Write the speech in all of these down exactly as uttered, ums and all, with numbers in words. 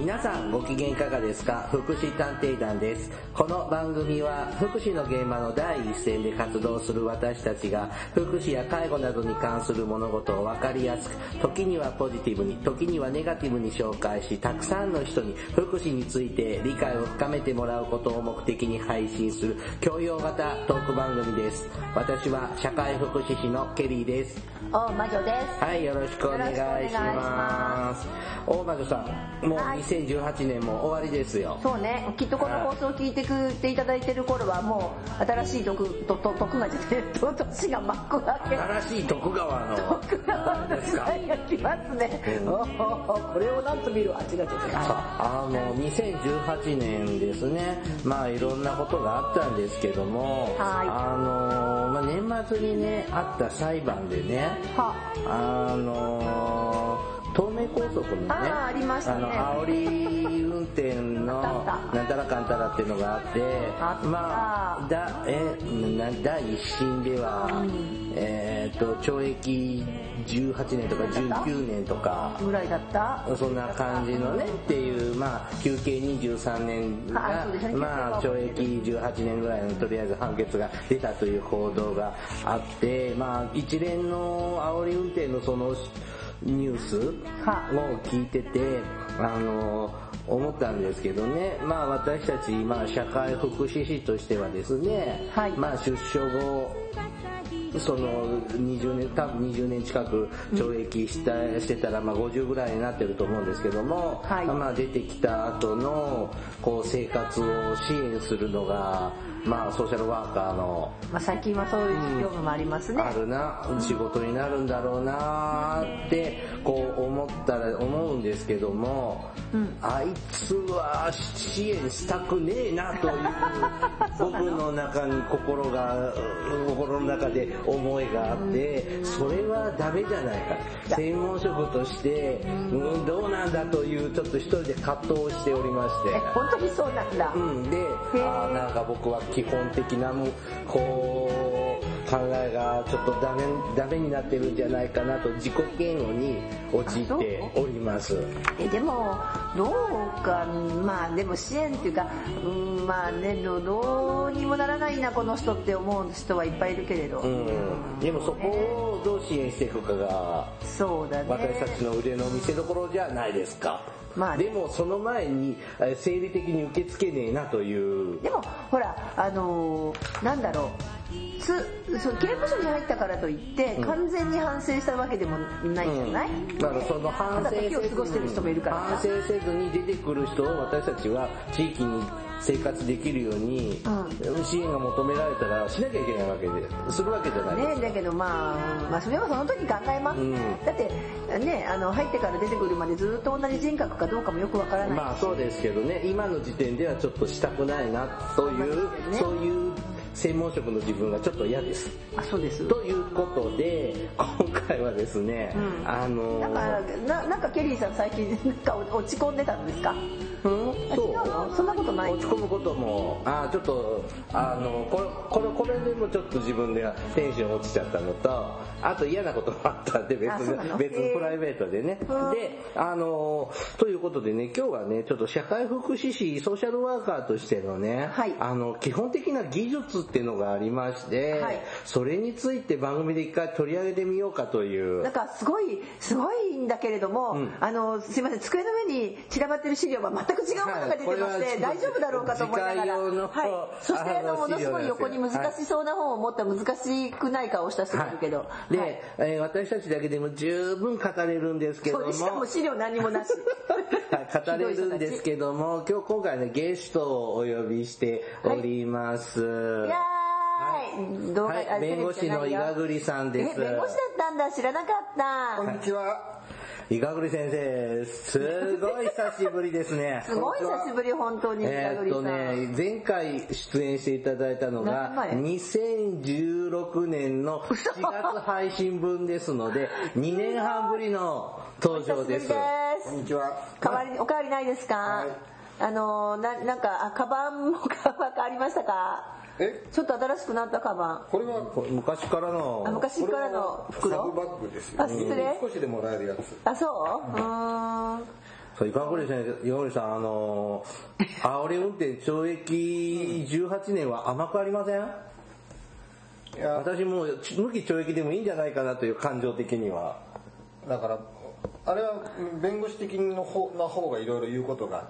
皆さんご機嫌いかがですか？福祉探偵団です。この番組は福祉の現場の第一線で活動する私たちが福祉や介護などに関する物事を分かりやすく、時にはポジティブに、時にはネガティブに紹介し、たくさんの人に福祉について理解を深めてもらうことを目的に配信する教養型トーク番組です。私は社会福祉士のケリーです。 大魔女です。 はい、よろしくお願いします。大魔女さん、もうにせんじゅうはちねんも終わりですよ。 そうね、きっとこの放送を聞いてくれていただいてる頃はもう新しい徳とと徳が出て年が幕開け。 新しい徳川の徳川の時代が来ますね。うん、これをなんと見るあ違う違う違う。 あのにせんじゅうはちねんですね。まあいろんなことがあったんですけども、あのまあ、年末にねあった裁判でね、はあの東名高速のね、 あ, あ, りましたねあの煽り運転のなんたらかんたらっていうのがあって、あまあだえ第一審では、うん、えっと懲役じゅうはちねんとかじゅうきゅうねんとかぐらいだった。 そんな感じのねっていう、まあ求刑にじゅうさんねんが、ね、まあ懲役じゅうはちねんぐらいのとりあえず判決が出たという報道があって、まあ一連の煽り運転のそのニュースを聞いてて、あの思ったんですけどね、まあ私たち、まあ社会福祉士としてはですね、はい、まあ出所後そのにじゅうねん、多分にじゅうねん近く懲役した、うん、してたらまあごじゅうぐらいになってると思うんですけども、はい、まあ出てきた後のこう生活を支援するのがまあソーシャルワーカーの、 まあ、最近はそういう業務もありますね、 うん、あるな、仕事になるんだろうなってこう思ったら思うんですけども、うん、あいつは支援したくねえなという僕の中に心が心の中で思いがあって、うん、それはダメじゃないか、専門職として、うん、どうなんだというちょっと一人で葛藤をしておりまして、 え本当にそうなんだ、 うん、であなんか僕は基本的なこう考えがちょっとダメダメになってるんじゃないかなと自己嫌悪に陥っております。 えでもどうかまあでも支援っていうか、うん、まあねどうにもならないなこの人って思う人はいっぱいいるけれど、うん、 でもそこをどう支援していくかがそうだね私たちの腕の見せ所じゃないですか。まあ、でもその前に生理的に受け付けねえなという。 でもほらあのー、なんだろうつそ刑務所に入ったからといって完全に反省したわけでもないじゃない、うん、 だからその反省せずに過ごしてる人もいるから反省せずに出てくる人を私たちは地域に生活できるように、うん、支援が求められたらしなきゃいけないわけでするわけじゃないですか、 ね、だけど、まあ、まあそれはその時考えます、うん、だってねあの入ってから出てくるまでずっと同じ人格かどうかもよくわからないし、 まあそうですけどね今の時点ではちょっとしたくないなという、ね、そういう専門職の自分がちょっと嫌です。 あ、そうです。 ということで今回はですね、うん、あのー、 なんかななんかケリーさん最近なんか落ち込んでたんですか？ うん、そうそんなことない。 落ち込むこともあちょっとあのこれこれこれでもちょっと自分ではテンション落ちちゃったのと、あと嫌なこともあったんで別に別にプライベートでね。であのということでね今日はねちょっと社会福祉士ソーシャルワーカーとしてのね、はい、あの基本的な技術っていうのがありまして、はい、それについて番組で一回取り上げてみようかという。 なんかすごいすごいんだけれども、うん、あのすいません机の上に散らばってる資料は全く違うものが出てまして、はい、大丈夫だろうかと思いながら、はい、そしてあのものすごい横に難しそうな本を持った難しくない顔をした人がいるけど、はい、 で、はいえー、私たちだけでも十分語れるんですけども、 しかも資料何もなしはい、語れるんですけども今日今回ねゲストをお呼びしております、はいはい、はい、弁護士の伊賀栗さんです。 え、弁護士だったんだ、知らなかった。 こんにちは。 伊賀栗先生、すごい久しぶりですね。 すごい久しぶり、本当に。 えーっとね、前回出演していただいたのがにせんじゅうろくねんのしがつ配信分ですので、にねんはんぶりの登場です。 こんにちは。 代わりお変わりないですか？はい、あのななんかあカバンも変わりましたか？えちょっと新しくなったカバン。 これは昔からのあ昔からの袋。 サブバッグですよ。 あ失礼。 少しでもらえるやつ。 あそう？うん。 そう、いかがですね、岩森さん、あのー、煽り運転懲役じゅうはちねんは甘くありません？いや、私もう無期懲役でもいいんじゃないかなという感情的には。 だからあれは弁護士的の方な方がいろいろ言うことがあって、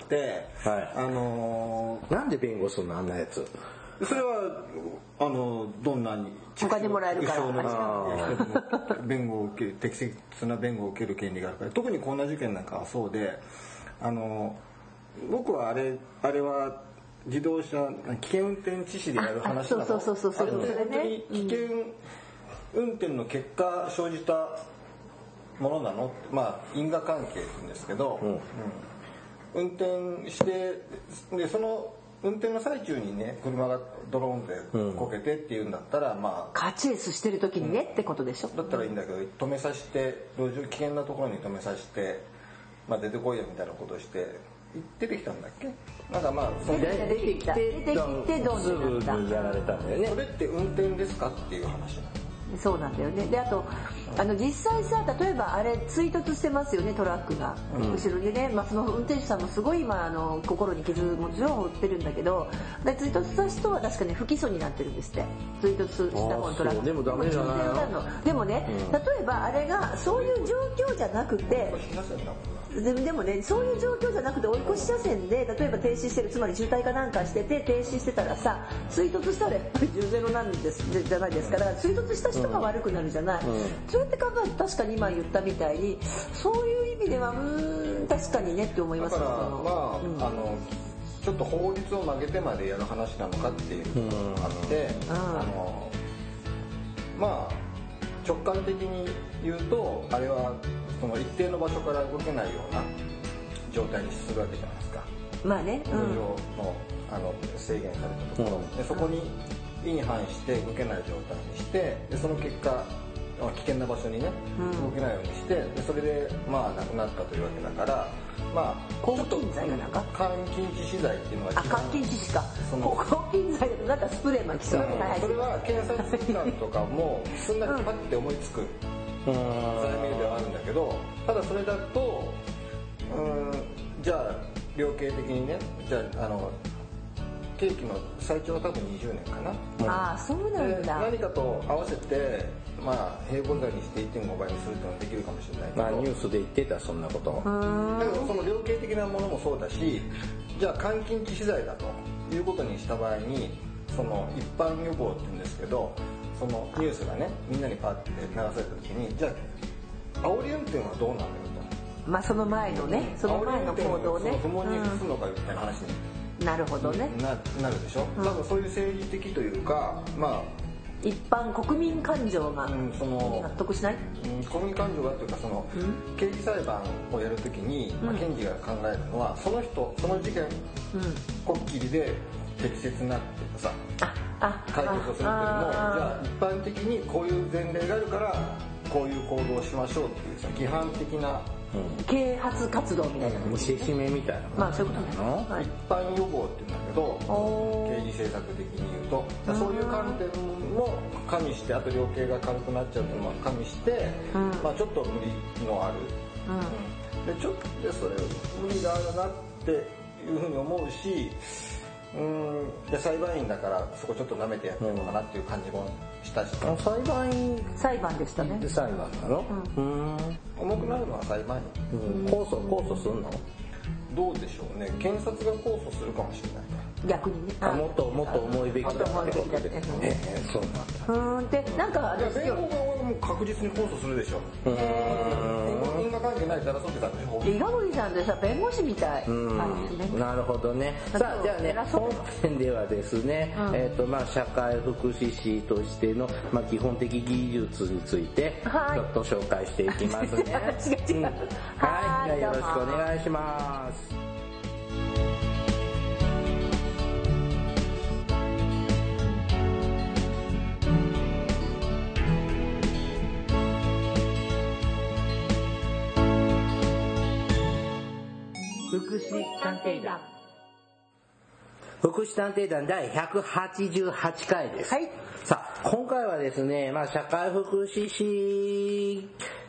はい、あのー、なんで弁護するのあんなやつ。 それはあのどんなにお金もらえるから弁護を受ける適切な弁護を受ける権利があるから、特にこんな事件なんかはそうで、あの僕はあれあれは自動車危険運転致死でやる話なの。 そうそうそうそう。 あれって本当に危険運転の結果生じたものなのって、まあ因果関係って言うんですけど、うんうん、運転してでその運転の最中にね車がドローンでこけてっていうんだったら、うん、まあカーチェイスしてる時にね、うん、ってことでしょ。 だったらいいんだけど、止めさせて路上危険なところに止めさせて、まあ出てこいよみたいなことをして出てきたんだっけ。なんかまあそれ出てきた出てきてどうすぐにやられたんだよね。 それって運転ですかっていう話なの。 そうなんだよね。であとあの実際さ、例えばあれ追突してますよね、トラックが、うん、後ろにね、まあ、その運転手さんもすごい今あの心に傷もちろん負ってるんだけど、で追突した人は確かね不起訴になってるんですって。追突した方のトラックでもダメじゃないの。でもね、うん、例えばあれがそういう状況じゃなくて、で, でもねそういう状況じゃなくて追い越し車線で例えば停止してる、つまり渋滞かなんかしてて停止してたらさ、追突したらやっぱりじゅうゼロなんですじゃないですか。だから追突した人が悪くなるじゃない、うんうん、そうやって考えると確かに今言ったみたいにそういう意味ではうーん確かにねって思います。 だからまあ、うん、あのちょっと法律を曲げてまでやる話なのかっていうのがあって、うん、あのまあ直感的に言うとあれはその一定の場所から動けないような状態にするわけじゃないですか。 まあね、 路上の、あの制限されたところ、うん、でそこに意に反して動けない状態にして、でその結果危険な場所にね、うん、動けないようにして、でそれでまあ亡くなったというわけだから、まあ抗菌剤がなんか監禁致死罪っていうのがあ監禁致死か。その抗菌剤だとなんかスプレー巻きそう。 それは検察機関とかもすんなりパッて思いつく。罪名ではあるんだけど、ただそれだとうーんじゃあ量刑的にね、じゃああの刑期の最長は多分にじゅうねんかな、 うん、ああそうなんだ。 何かと合わせてまあ併合罪にして いってんご 倍にするっていうのはできるかもしれないけど、 まあニュースで言ってたそんなこと。 だけどその量刑的なものもそうだし、じゃあ監禁致死罪だということにした場合に、その一般予防って言うんですけど、そのニュースがねみんなにパッて流された時に、じゃあ煽り運転はどうなのよと、まあその前のね、その前の行動ね、 その不問に移すのかみたいな話になるほどねな, なるでしょ、うん、多分そういう政治的というか、まあ一般国民感情が納得しない、 うん、国民感情がというか、その、うん、刑事裁判をやるときに、まあ、検事が考えるのは、その人その事件、うん、こっきりで適切なっていうかさ、ああ解決をするっていうのも、じゃあ一般的にこういう前例があるからこういう行動をしましょうっていうさ、規範的な、 うん、啓発活動みたいな、 見せしめみたいな、 まあそういうことなの、 はい、一般予防っていうんだけど、刑事政策的に言うと、そういう観点も加味して、あと量刑が軽くなっちゃうっていうのも加味して、うん、まあちょっと無理のある、うん、でちょっとでそれ無理があるなっていうふうに思うし、うーんで裁判員だからそこちょっと舐めてやってるのかなっていう感じもしたし、 うん、裁判員裁判でしたね。 で裁判なの、うん、 うん重くなるのは裁判員、 うん、控訴控訴するのどうでしょうね。検察が控訴するかもしれない。 逆にね、 あもっともっと重いべきだってことで、ええそうなんだ。 うんでなんかあの弁護側はもう確実に控訴するでしょ。うん。因果関係ないから争ってたんでしょ。 伊賀森さんでさ弁護士みたい。 うん。なるほどね。さあじゃあね本編ではですね、うん、えっ、ー、とまあ社会福祉士としてのまあ基本的技術についてちょっと紹介していきますね。 違う違う。うん、 はい、じゃあよろしくお願いします。 福祉探偵団福祉探偵団第ひゃくはちじゅうはちかいです。 はい。 さあ今回はですね、まあ社会福祉士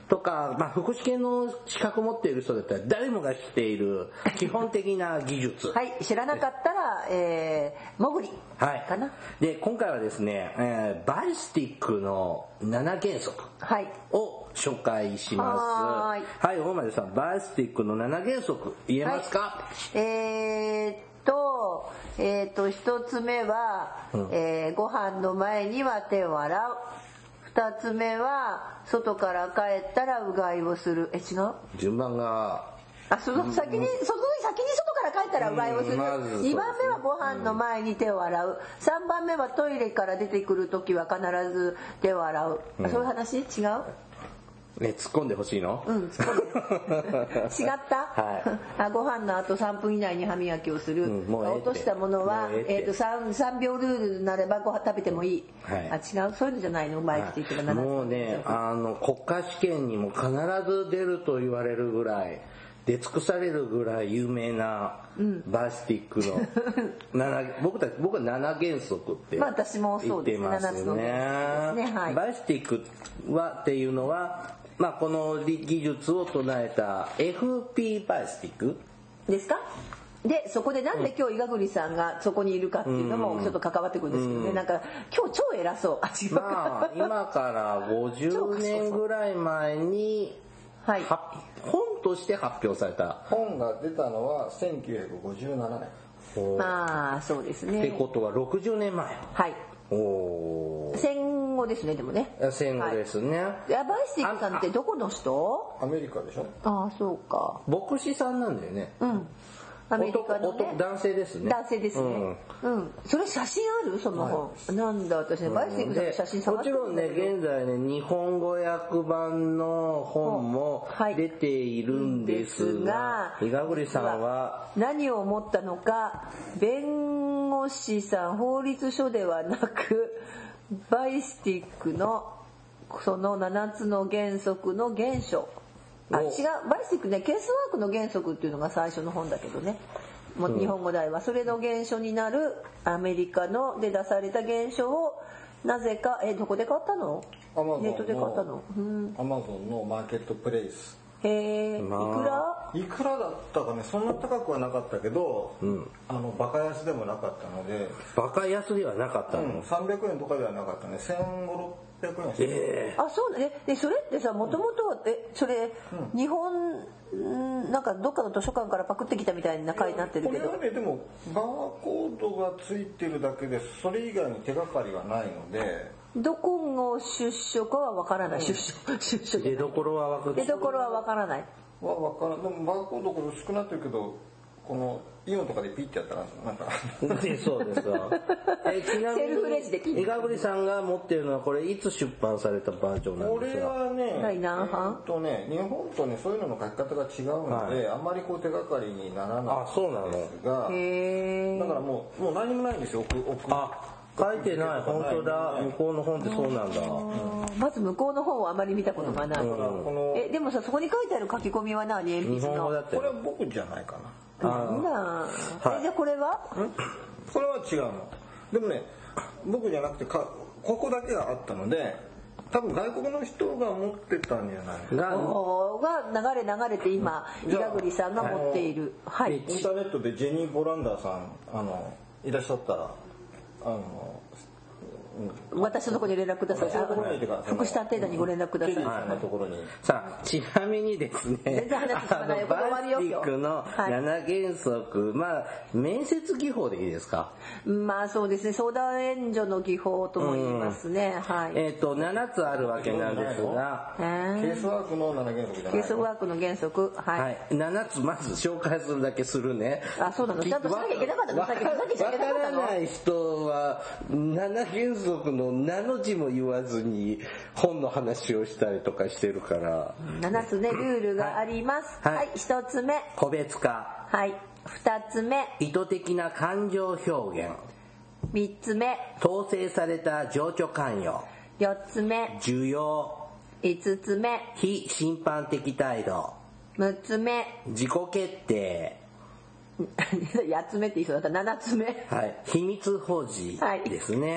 とか、まあ、福祉系の資格を持っている人だったら誰もが知っている基本的な技術。 はい、知らなかったら、えー、もぐりかな。 はい、で今回はですね、えー、バイスティックのなな原則を紹介します。はい、はい、大丸さん、バイスティックのなな原則言えますか？はい、えーっと、えーっと一つ目は、うん、えー、ご飯の前には手を洗う。二つ目は外から帰ったらうがいをする。え、違う？ 順番があ、その先に、うん、その先に外から帰ったらうがいをする。まずにばんめはご飯の前に手を洗う。さんばんめはトイレから出てくるときは必ず手を洗う。うん、そういう話？違う？ ね、突っ込んでほしいの？ うん、突っ込んで。違った？はい。あ、ご飯の後さんぷん以内に歯磨きをする。うん、もうええ落としたものは、えっ、ー、と3、さんびょうルールになればご飯食べてもいい。はい、あ、違う？そういうのじゃないの？うまいって言ってたらもうね、あの、国家試験にも必ず出ると言われるぐらい、出尽くされるぐらい有名なバイスティックのなな、僕たち僕はなな原則って言ってますね。まあ私もそうですね。ななつの原則ですね。はい。バイスティックはっていうのは、まあこの技術を唱えた エフピー バイスティックですか？でそこでなんで今日伊賀栗さんがそこにいるかっていうのもちょっと関わってくるんですけどね、うん、なんか今日超偉そう。あ、違うか、 まあ、今からごじゅうねんぐらい前にはい、本として発表された。 本が出たのはせんきゅうひゃくごじゅうななねん。 まあそうですね。 ってことはろくじゅうねんまえ。 はい。お戦後ですね、でもね。 戦後ですね。はい、 バイスティックさんってどこの人？ アメリカでしょ。 ああ、そうか。 牧師さんなんだよね。 うん。アメリカの、ね、 男性ですね。 男性ですね。うん。うん、それ写真ある？その本。はい、なんだ私ね、バイスティックさんの写真探してるんだけど。 もちろんね、現在ね、日本語訳版の本も出ているんですが、伊賀栗さんは何を思ったのか、弁護士さん、法律書ではなく、バイスティックのそのななつの原則の原書。あ、違う、バイスティックね、ケースワークの原則っていうのが最初の本だけどね、もう日本語題はそれの原書になるアメリカので出された原書をなぜか、え、どこで買ったの？ネットで買ったの？ アマゾンのマーケットプレイス。 へえ、まあ、いくら？いくらだったかね、そんな高くはなかったけど、うん、あのバカ安でもなかったので。 バカ安ではなかったの？ うん、さんびゃくえんとかではなかったね。せんごひゃく、ろっぴゃくえんしてる。 えー、あ、そうだね。でそれってさ、もともとえそれ、うん、日本なんかどっかの図書館からパクってきたみたいな回になってるけど。 これはね、でもバーコードがついてるだけで、それ以外に手がかりがないので。 どこの出所かはわからない。出所、出所。 出どころはわからない。 出どころはわからない。 はわからない。でもバーコードこれ薄くなってるけど、このイオンとかでピッてやったらなんかそうですわ。えちなみに伊賀栗さんが持ってるのはこれいつ出版されたバージョンなんですか？ これはね、 第何版？ えー、とね、日本とねそういうのの書き方が違うので、はい、あんまりこう手がかりにならないんですが、あ、そうなの？へー。だからもうもう何もないんですよ。奥奥。あ、 書いてない。本当だ。向こうの本ってそうなんだ。 まず向こうの本をあまり見たことがない。うんうん、えでもさ、そこに書いてある書き込みは何？鉛筆の。 これは僕じゃないかな。 なんだ、はい、えじゃあこれは？ これは違うの。でもね、僕じゃなくてかここだけがあったので、多分外国の人が持ってたんじゃないかな。が流れ流れて今伊賀栗さんが持っている。はい。 インターネットでジェニー・ボランダーさんあのいらっしゃったらあの。 うん、私のところに連絡ください。福祉探偵団にご連絡ください。 さあ、ちなみにですね、 全然話進まないよ。 バイスティックのなな原則、まあ面接技法でいいですか？ まあそうですね、相談援助の技法とも言いますね。うん、はい。 えっとななつあるわけなんですが、 ケースワークのなな原則じゃない。 ケースワークの原則、はい。はい、 ななつまず紹介するだけするね。 あ、そうなの。ちゃんとしなきゃいけなかったの。 わからない人はなな原則のなの字も言わずに本の話をしたりとかしてるから。 ななつね、ルールがあります。はい、はい、ひとつめ個別化。 はい。ふたつめ意図的な感情表現。 みっつめ統制された情緒関与。 よっつめ需要。 いつつめ非審判的態度。 むっつめ自己決定。 やっつめって言いそうだった。ななつめ、 はい、秘密保持ですね。 はい、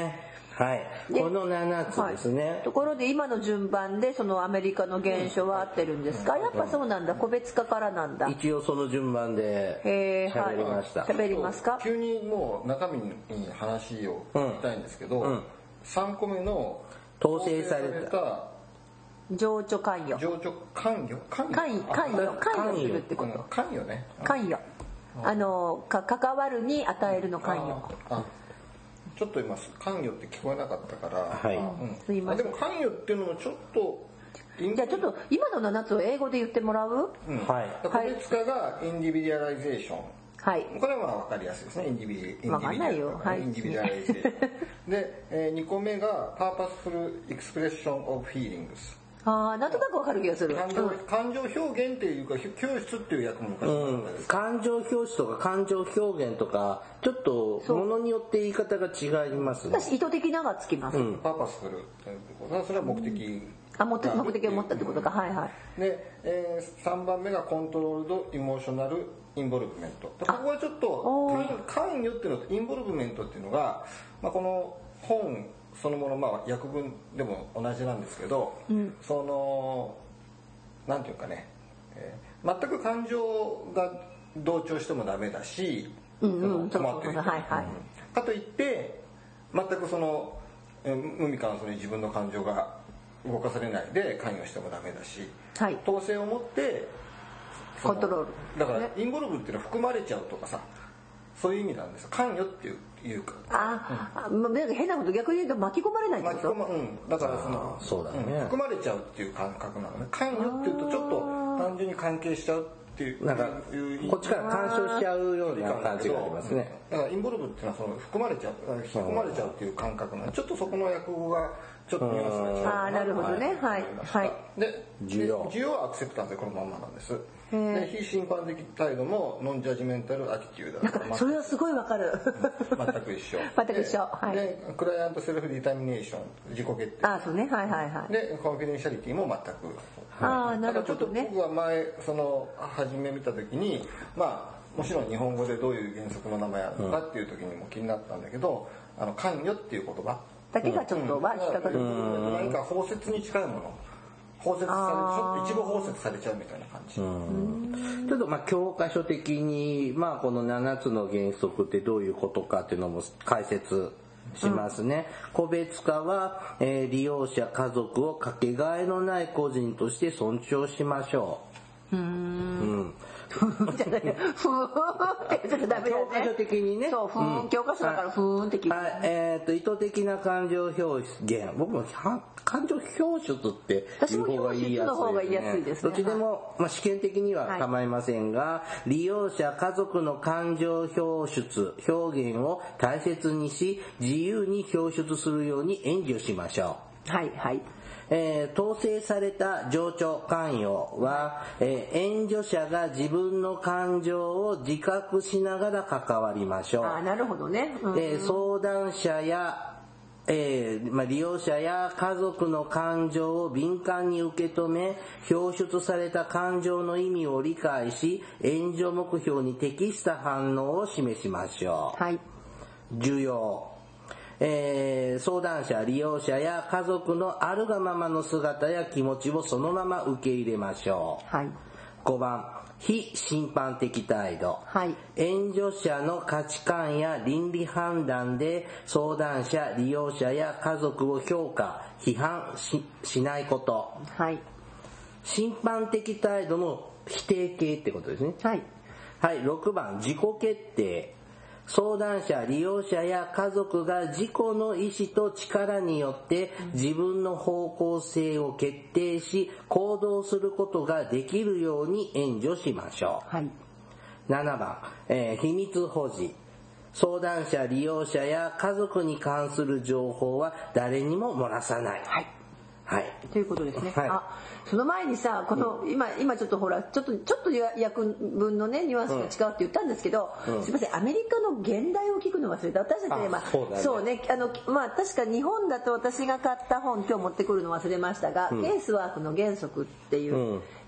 はい、このななつですね、はい、 ところで今の順番でそのアメリカの原書は合ってるんですか？やっぱそうなんだ、個別化からなんだ。 一応その順番で喋りました。 喋、はい、りますか？ 急にもう中身に話を聞きたいんですけど、うんうん、さんこめの統制された情緒関与情緒関与関与関与関与関与するってこと、うん、 関与ね関与、うん、あのか関わるに与えるの関与。 あちょっと今関与って聞こえなかったから、 はい、うん、 すいません。 でも関与っていうのもちょっとじゃあちょっと今のななつを英語で言ってもらう？ うん、はい。個別化がインディビデュアライゼーション。 はい。 これはまあ分かりやすいですね。インディビデュア分かんないよ。はい。 インディビデュアライゼーション。で、えー、にこめがパーパスフルエクスプレッションオブフィーリングス。 ああ、なんとなくわかる気がする。 感情、うん、感情表現っていうか教室っていう役も昔あったです、うん、感情表示とか感情表現とかちょっとものによって言い方が違いますね。 私意図的ながつきます、うん、 パーパスフルそれは目的、うん、 あ目的を持ったってことか、うん、はいはい。 で、えー、さんばんめがコントロールドイモーショナルインボルブメント。ここはちょっと関与っていうのとインボルブメントっていうのが、まあ、この本そのもの、まあ訳文でも同じなんですけど、うん、そのなんていうかね、えー、全く感情が同調してもダメだし、 うんうん、 困っている、 はいはい、 かといって全くその無味乾燥に自分の感情が動かされないで関与してもダメだし、はい、統制を持ってコントロールだから、ね、インボルブっていうのは含まれちゃうとかさ、そういう意味なんですよ。関与っていういうか、 あ、うん、あ、変なこと逆に言うと巻き込まれないってこと？ 巻き込ま、うん、だからそのそうだね、 うん、含まれちゃうっていう感覚なのね。関与っていうとちょっと単純に関係しちゃうっていう、 なんかこっちから干渉しちゃうような感じがありますね。 だからインボルブっていうのはその含まれちゃう、引き込まれちゃうっていう感覚なので、ちょっとそこの訳語がちょっとニュアンスが違う。 ああ、なるほどね、はい、はい。 で、需要需要はアクセプタンスでこのまんまなんです。で非審判的態度もノンジャッジメンタルアティテュードだ。 なんかそれはすごいわかる。 全く一緒。 全く一緒。はい。 でクライアントセルフディタミネーション、自己決定。 あ、そうね、はいはいはい。 でコンフィデンシャリティも全く。 ああ、なるほどね。 ちょっと僕は前その初め見た時に、まあもちろん日本語でどういう原則の名前あるのかっていう時にも気になったんだけど、あの関与っていう言葉だけがちょっとは引っかかる。 何か包摂に近いもの。包摂されちょっと一部包摂されちゃうみたいな感じ。 うんちょっとまあ教科書的にまあこのななつの原則ってどういうことかっていうのも解説しますね。うん、個別化は、えー、利用者家族をかけがえのない個人として尊重しましょう。うーん。うんじゃないよ。ふーんって言っちゃダメだね。 教科書的にね。 そう、ふーん、教科書だからふーんって聞いて、ね。はい、 えっ、ー、と、意図的な感情表現。僕も感情表出っていう方がいいやつ、ね。 の方が言いやすいですね。 どっちでも、まあ、試験的には構いませんが、はい、利用者、家族の感情表出、表現を大切にし、自由に表出するように援助しましょう。はい、はい。 えー、統制された情緒関与は、えー、援助者が自分の感情を自覚しながら関わりましょう。 あ、なるほどね。 うん、えー、相談者や、えーまあ、利用者や家族の感情を敏感に受け止め、表出された感情の意味を理解し、援助目標に適した反応を示しましょう。 はい。 需要。えー、相談者、利用者や家族のあるがままの姿や気持ちをそのまま受け入れましょう。 はい。 ごばん、非審判的態度。 はい。 援助者の価値観や倫理判断で相談者、利用者や家族を評価、批判 し, しないこと。 はい。 審判的態度の否定形ってことですね。 はい。 はい、ろくばん、自己決定。相談者、利用者や家族が自己の意思と力によって自分の方向性を決定し行動することができるように援助しましょう。 はい、 ななばん、えー、秘密保持。相談者、利用者や家族に関する情報は誰にも漏らさない。 はい。 はい。 ということですね。 はい、 あ、その前にさ、この、うん、今、今ちょっとほら、ちょっと、ちょっと訳文のね、ニュアンスが違うって言ったんですけど、うん、すいません、アメリカの現代を聞くの忘れた。私たちね、まあ、そうだね、そうね、あの、まあ、確か日本だと私が買った本、今日持ってくるの忘れましたが、うん、ケースワークの原則っていう、うん、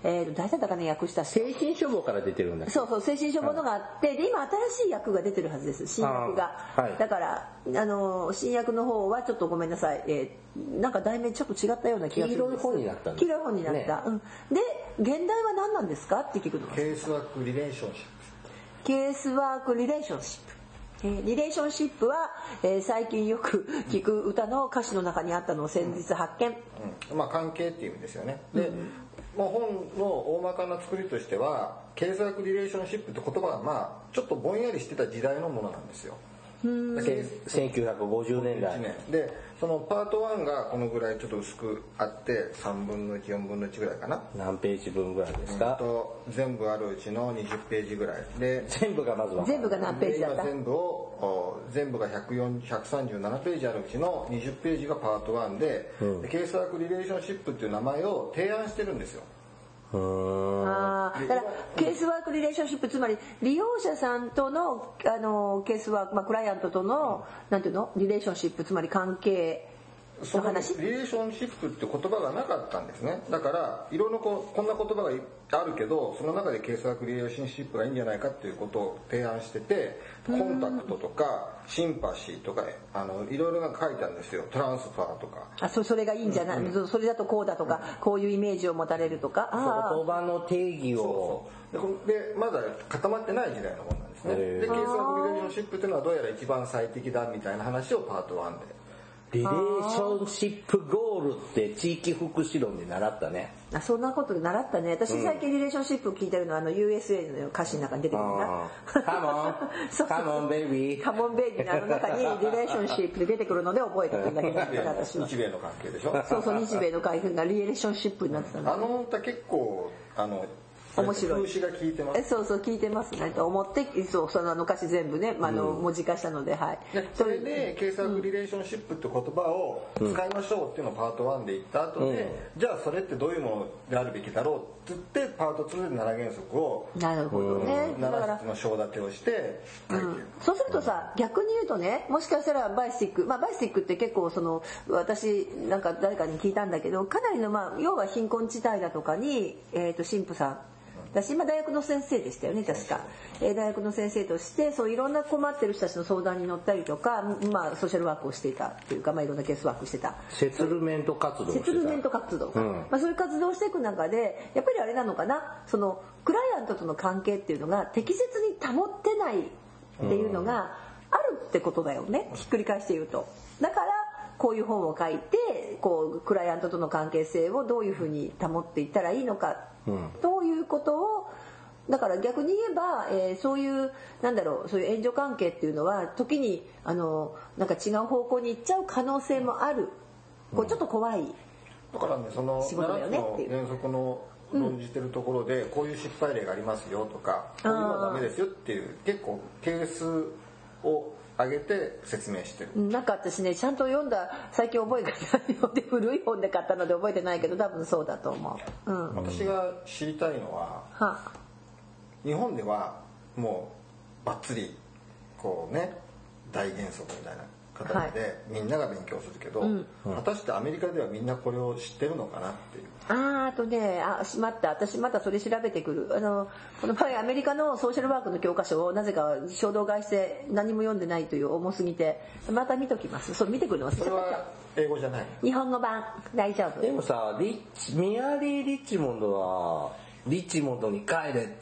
えー、誰だったかね訳した人。 精神処方から出てるんだ。 そうそう、精神処方のがあって、で今新しい訳が出てるはずです。新訳が。はい、だからあの新訳の方はちょっとごめんなさい。えー、なんか題名ちょっと違ったような気がするんです。黄色い本になったんです。黄色い本になった。ね、うん。で現代は何なんですかって聞くの。 ケースワークリレーションシップ。 ケースワークリレーションシップ。リレーションシップは、えー、最近よく聞く歌の歌詞の中にあったのを先日発見、うんうん、まあ関係っていう意味ですよね。で、うん、まあ、本の大まかな作りとしてはケースワークリレーションシップって言葉がまあちょっとぼんやりしてた時代のものなんですよ。 せんきゅうひゃくごじゅうねんだいでそのパートワンがこのぐらいちょっと薄くあってさんぶんのいち、よんぶんのいちぐらいかな。 何ページ分ぐらいですか。 と全部あるうちのにじゅっページぐらいで全部がまずは全部が何ページだった。 今全部を全部がひゃくさんじゅうななページあるうちのにじゅっページがパートワンで、うん、ケースワークリレーションシップっていう名前を提案してるんですよ。 あだからケースワークリレーションシップ、つまり利用者さんとのあのケースワーク、まあ、クライアントとの、うん、なんていうのリレーションシップ、つまり関係の話。 リレーションシップって言葉がなかったんですね。だからいろいろこうこんな言葉があるけどその中でケースワークリレーションシップがいいんじゃないかっていうことを提案してて、コンタクトとかシンパシーとかあのいろいろな書いてあるんですよ。トランスファーとか。 あ そ, それがいいんじゃない、うん、それだとこうだとか、うん、こういうイメージを持たれるとか。 あ言葉の定義をそうそうで, でまだ固まってない時代のものなんですね。でケースワークリレーションシップっていうのはどうやら一番最適だみたいな話をパートワンで。 リレーションシップゴールって地域福祉論で習ったね。 あそんなことで習ったね。私最近リレーションシップを聞いてるのは、うん、あの ユーエスエー の歌詞の中に出てくるんだ。 カモンカモンベイビーカモンベイビーのあの中にリレーションシップで出てくるので覚えてるんだけど私は日米の関係でしょ。 そうそう日米の関係がリレーションシップになってたんだ。 あの歌結構あの面白い。 風刺が効いてます。 えそうそう効いてますねと思ってそうそのあの歌詞全部ね、まあ、あの文字化したので、はい。 でそれでケースワークリレーションシップって言葉を使いましょうっていうのをパートワンで言った後で、うん、じゃあそれってどういうものであるべきだろうって言ってパートツーでなな原則をなるほどね。 ななつの章立てをして書いてる、うん、 そうするとさ、うん、逆に言うとね、もしかしたらバイスティック、まあバイスティックって結構その私なんか誰かに聞いたんだけど、かなりのまあ要は貧困地帯だとかにえっと神父さん私今大学の先生でしたよね確か、えー、大学の先生としてそういろんな困ってる人たちの相談に乗ったりとか、まあ、ソーシャルワークをしていたというか、まあ、いろんなケースワークしてたセトルメント活動セトルメント活動、うんまあ、そういう活動をしていく中でやっぱりあれなのかな、そのクライアントとの関係っていうのが適切に保ってないっていうのがあるってことだよね、ひっくり返して言うと。だからこういう本を書いてこうクライアントとの関係性をどういうふうに保っていったらいいのか、うん、ということをだから逆に言えば、えー、そういうなんだろうそういう援助関係っていうのは時にあのなんか違う方向に行っちゃう可能性もある、こうちょっと怖い、うん、 だからねその仕事だよねっていう原則の論じてるところで、うん、こういう失敗例がありますよとかこういうのはダメですよっていう結構ケースを上げて説明してる。 なんか私ねちゃんと読んだ最近覚えがないので古い本で買ったので覚えてないけど多分そうだと思う、うん、 私が知りたいのは、はあ、日本ではもうバッツリこうね大原則みたいな形で、はい、みんなが勉強するけど、うん、果たしてアメリカではみんなこれを知ってるのかなっていう。 あーあとねあしまった私またそれ調べてくる。あのこの場合アメリカのソーシャルワークの教科書をなぜか衝動買いして何も読んでないという重すぎてまた見ときます。そう見てくるの忘れちゃった。 それは英語じゃない。 日本語版大丈夫。 でもさリッチミアリー・リッチモンドはリッチモンドに帰れって、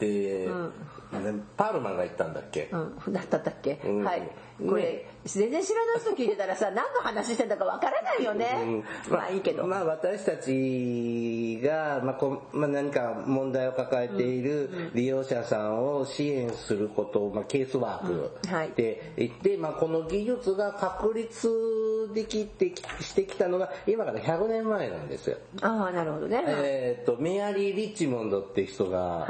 うん、パールマンが言ったんだっけ、 うん、だったんだっけ、うん、はいこれ、ね、全然知らない人聞いてたらさ何の話してんだかわからないよね、うんまあ、まあいいけどまあ私たちが、まあこまあ、何か問題を抱えている利用者さんを支援することを、まあ、ケースワークって言って、うんはいまあ、この技術が確立できてしてきたのが今からひゃくねんまえなんですよ。 ああなるほどね、 えー、とメアリー・リッチモンドって人が、はい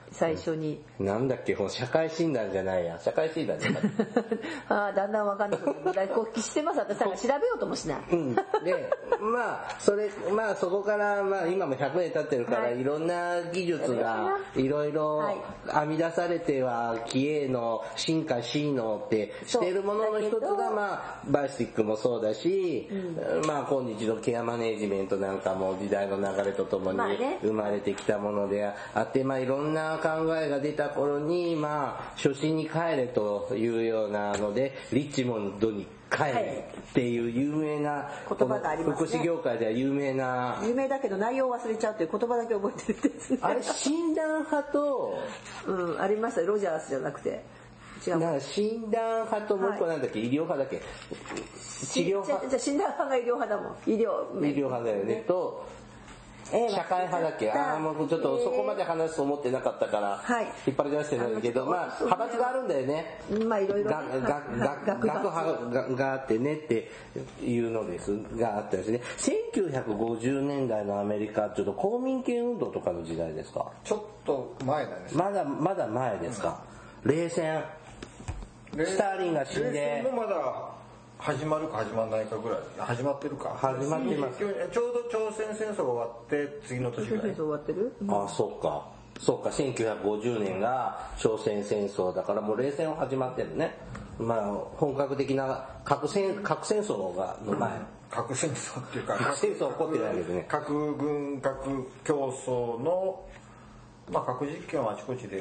最初に、 うん、なんだっけ、この社会診断じゃないや、社会診断じゃないああだんだん分かんなくなって、こうしてます。私なんか調べようともしない、 うん、でまあそれまあそこからまあ今もひゃくねん経ってるから、はい、いろんな技術がいろいろ編み出されては消えの進化しのってしているものの一つがまあバイスティックもそうだし、うん、まあ今日のケアマネジメントなんかも時代の流れとともに生まれてきたものであって、まあいろんな考えが出た頃にまあ初心に帰れというようなのでリッチモンドに帰れっていう有名な言葉がありますね。 福祉業界では有名な有名だけど内容を忘れちゃうという言葉だけ覚えてるんですね。 あれ診断派とうんありました。ロジャースじゃなくて違う。 なんか診断派ともう一個なんだっけ、はい、医療派だっけ治療派。 じゃあ診断派が医療派だもん。医療医療派だよねと。えー、社会派だっけ。ああもうちょっとそこまで話すと思ってなかったから、はい、引っ張り出してないけど、まあ派閥があるんだよね。 まあいろいろ学派ががあってねっていうのですがあったですね。せんきゅうひゃくごじゅうねんだいのアメリカちょっと公民権運動とかの時代ですか。 ちょっと前なんです。 まだまだ前ですか。うん、冷戦。スターリンが死んで。 冷戦もまだ始まるか始まらないかぐらい。始まってるか。 始まってます。 ちょうど朝鮮戦争が終わって次の年ぐらい。 朝鮮戦争終わってる？ うん、ああ、そっか。そっか、せんきゅうひゃくごじゅうねんが朝鮮戦争だからもう冷戦は始まってるね。まあ本格的な核戦核戦争がの前。 核戦争っていうか核戦争起こってないですね。 核軍核競争のまあ核実験はあちこちで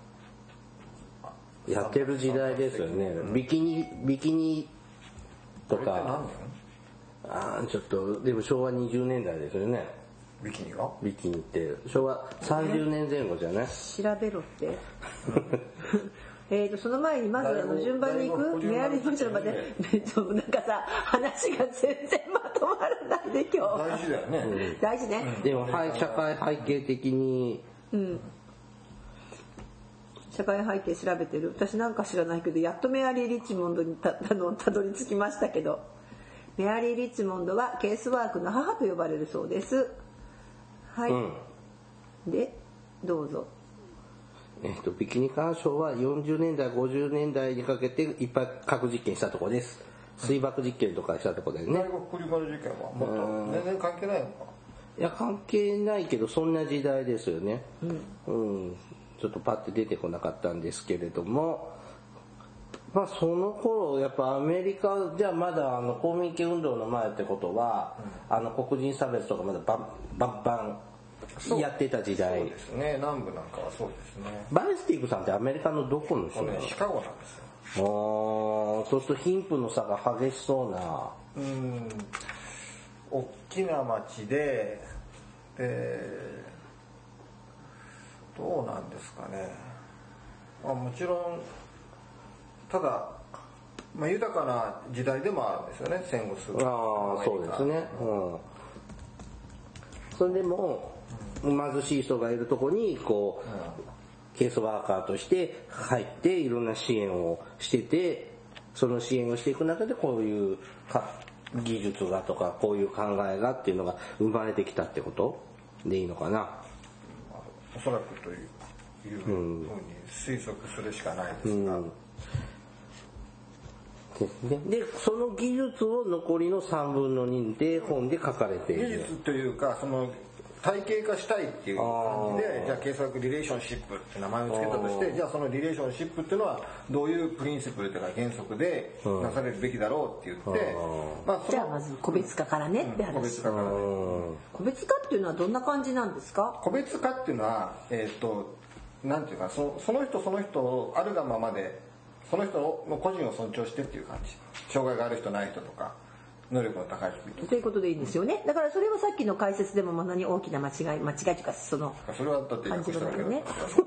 やってる時代ですよね。ビキニビキニとか。ああちょっとでもしょうわにじゅうねんだいですよね。 ビキニが？ ビキニってしょうわさんじゅうねんぜん後じゃない？ 調べろって。えーとその前にまずあの順番に行くメアリーファッションまでなんかさ話が全然まとまらないで今日。 大事だよね。うん、 大事ね。 でも社会背景的に。 うん。社会背景調べてる。私なんか知らないけどやっとメアリー・リッチモンドに た, あのたどり着きましたけど、メアリー・リッチモンドはケースワークの母と呼ばれるそうです。はい。うん、でどうぞ。 えっとビキニ干渉はよんじゅうねんだいごじゅうねんだいにかけていっぱい核実験したところです。水爆実験とかしたところだよね。 大学クリマル事件はもっと全然関係ないのか。 いや関係ないけどそんな時代ですよね。うん。うんちょっとパッて出てこなかったんですけれども、まあその頃やっぱアメリカじゃまだあの公民権運動の前ってことは、うん、あの黒人差別とかまだバンバンバンやってた時代。 そうですね。南部なんかはそうですね。 バイスティックさんってアメリカのどこの人なの？ シカゴなんですああ、 よ。 そうすると貧富の差が激しそうな。 うん。大きな町で、で。どうなんですかね、まあ、もちろんただ、まあ、豊かな時代でもあるんですよね戦後すぐ。 ああそうですね、うん、それでも、うん、貧しい人がいるところにこう、うん、ケースワーカーとして入っていろんな支援をしててその支援をしていく中でこういうか技術がとかこういう考えがっていうのが生まれてきたってことでいいのかな。 おそらくというふうに推測するしかないですが、うんうん、でその技術を残りのさんぶんのにで本で書かれている。 技術というかその体系化したいっていう感じでじゃあケースワークリレーションシップって名前を付けたとしてじゃあそのリレーションシップっていうのはどういうプリンシプルというか原則でなされるべきだろうって言って、 まあ、じゃあまず個別化からねって話、うん、個別化からね個別化っていうのはどんな感じなんですか。 個別化っていうのはえっとなんていうかそその人その人をあるがままでその人の個人を尊重してっていう感じ。障害がある人ない人とか能力の高い人ということでいいんですよね。だからそれはさっきの解説でも何大きな間違い間違いというかそのそれはだって感じのないよね。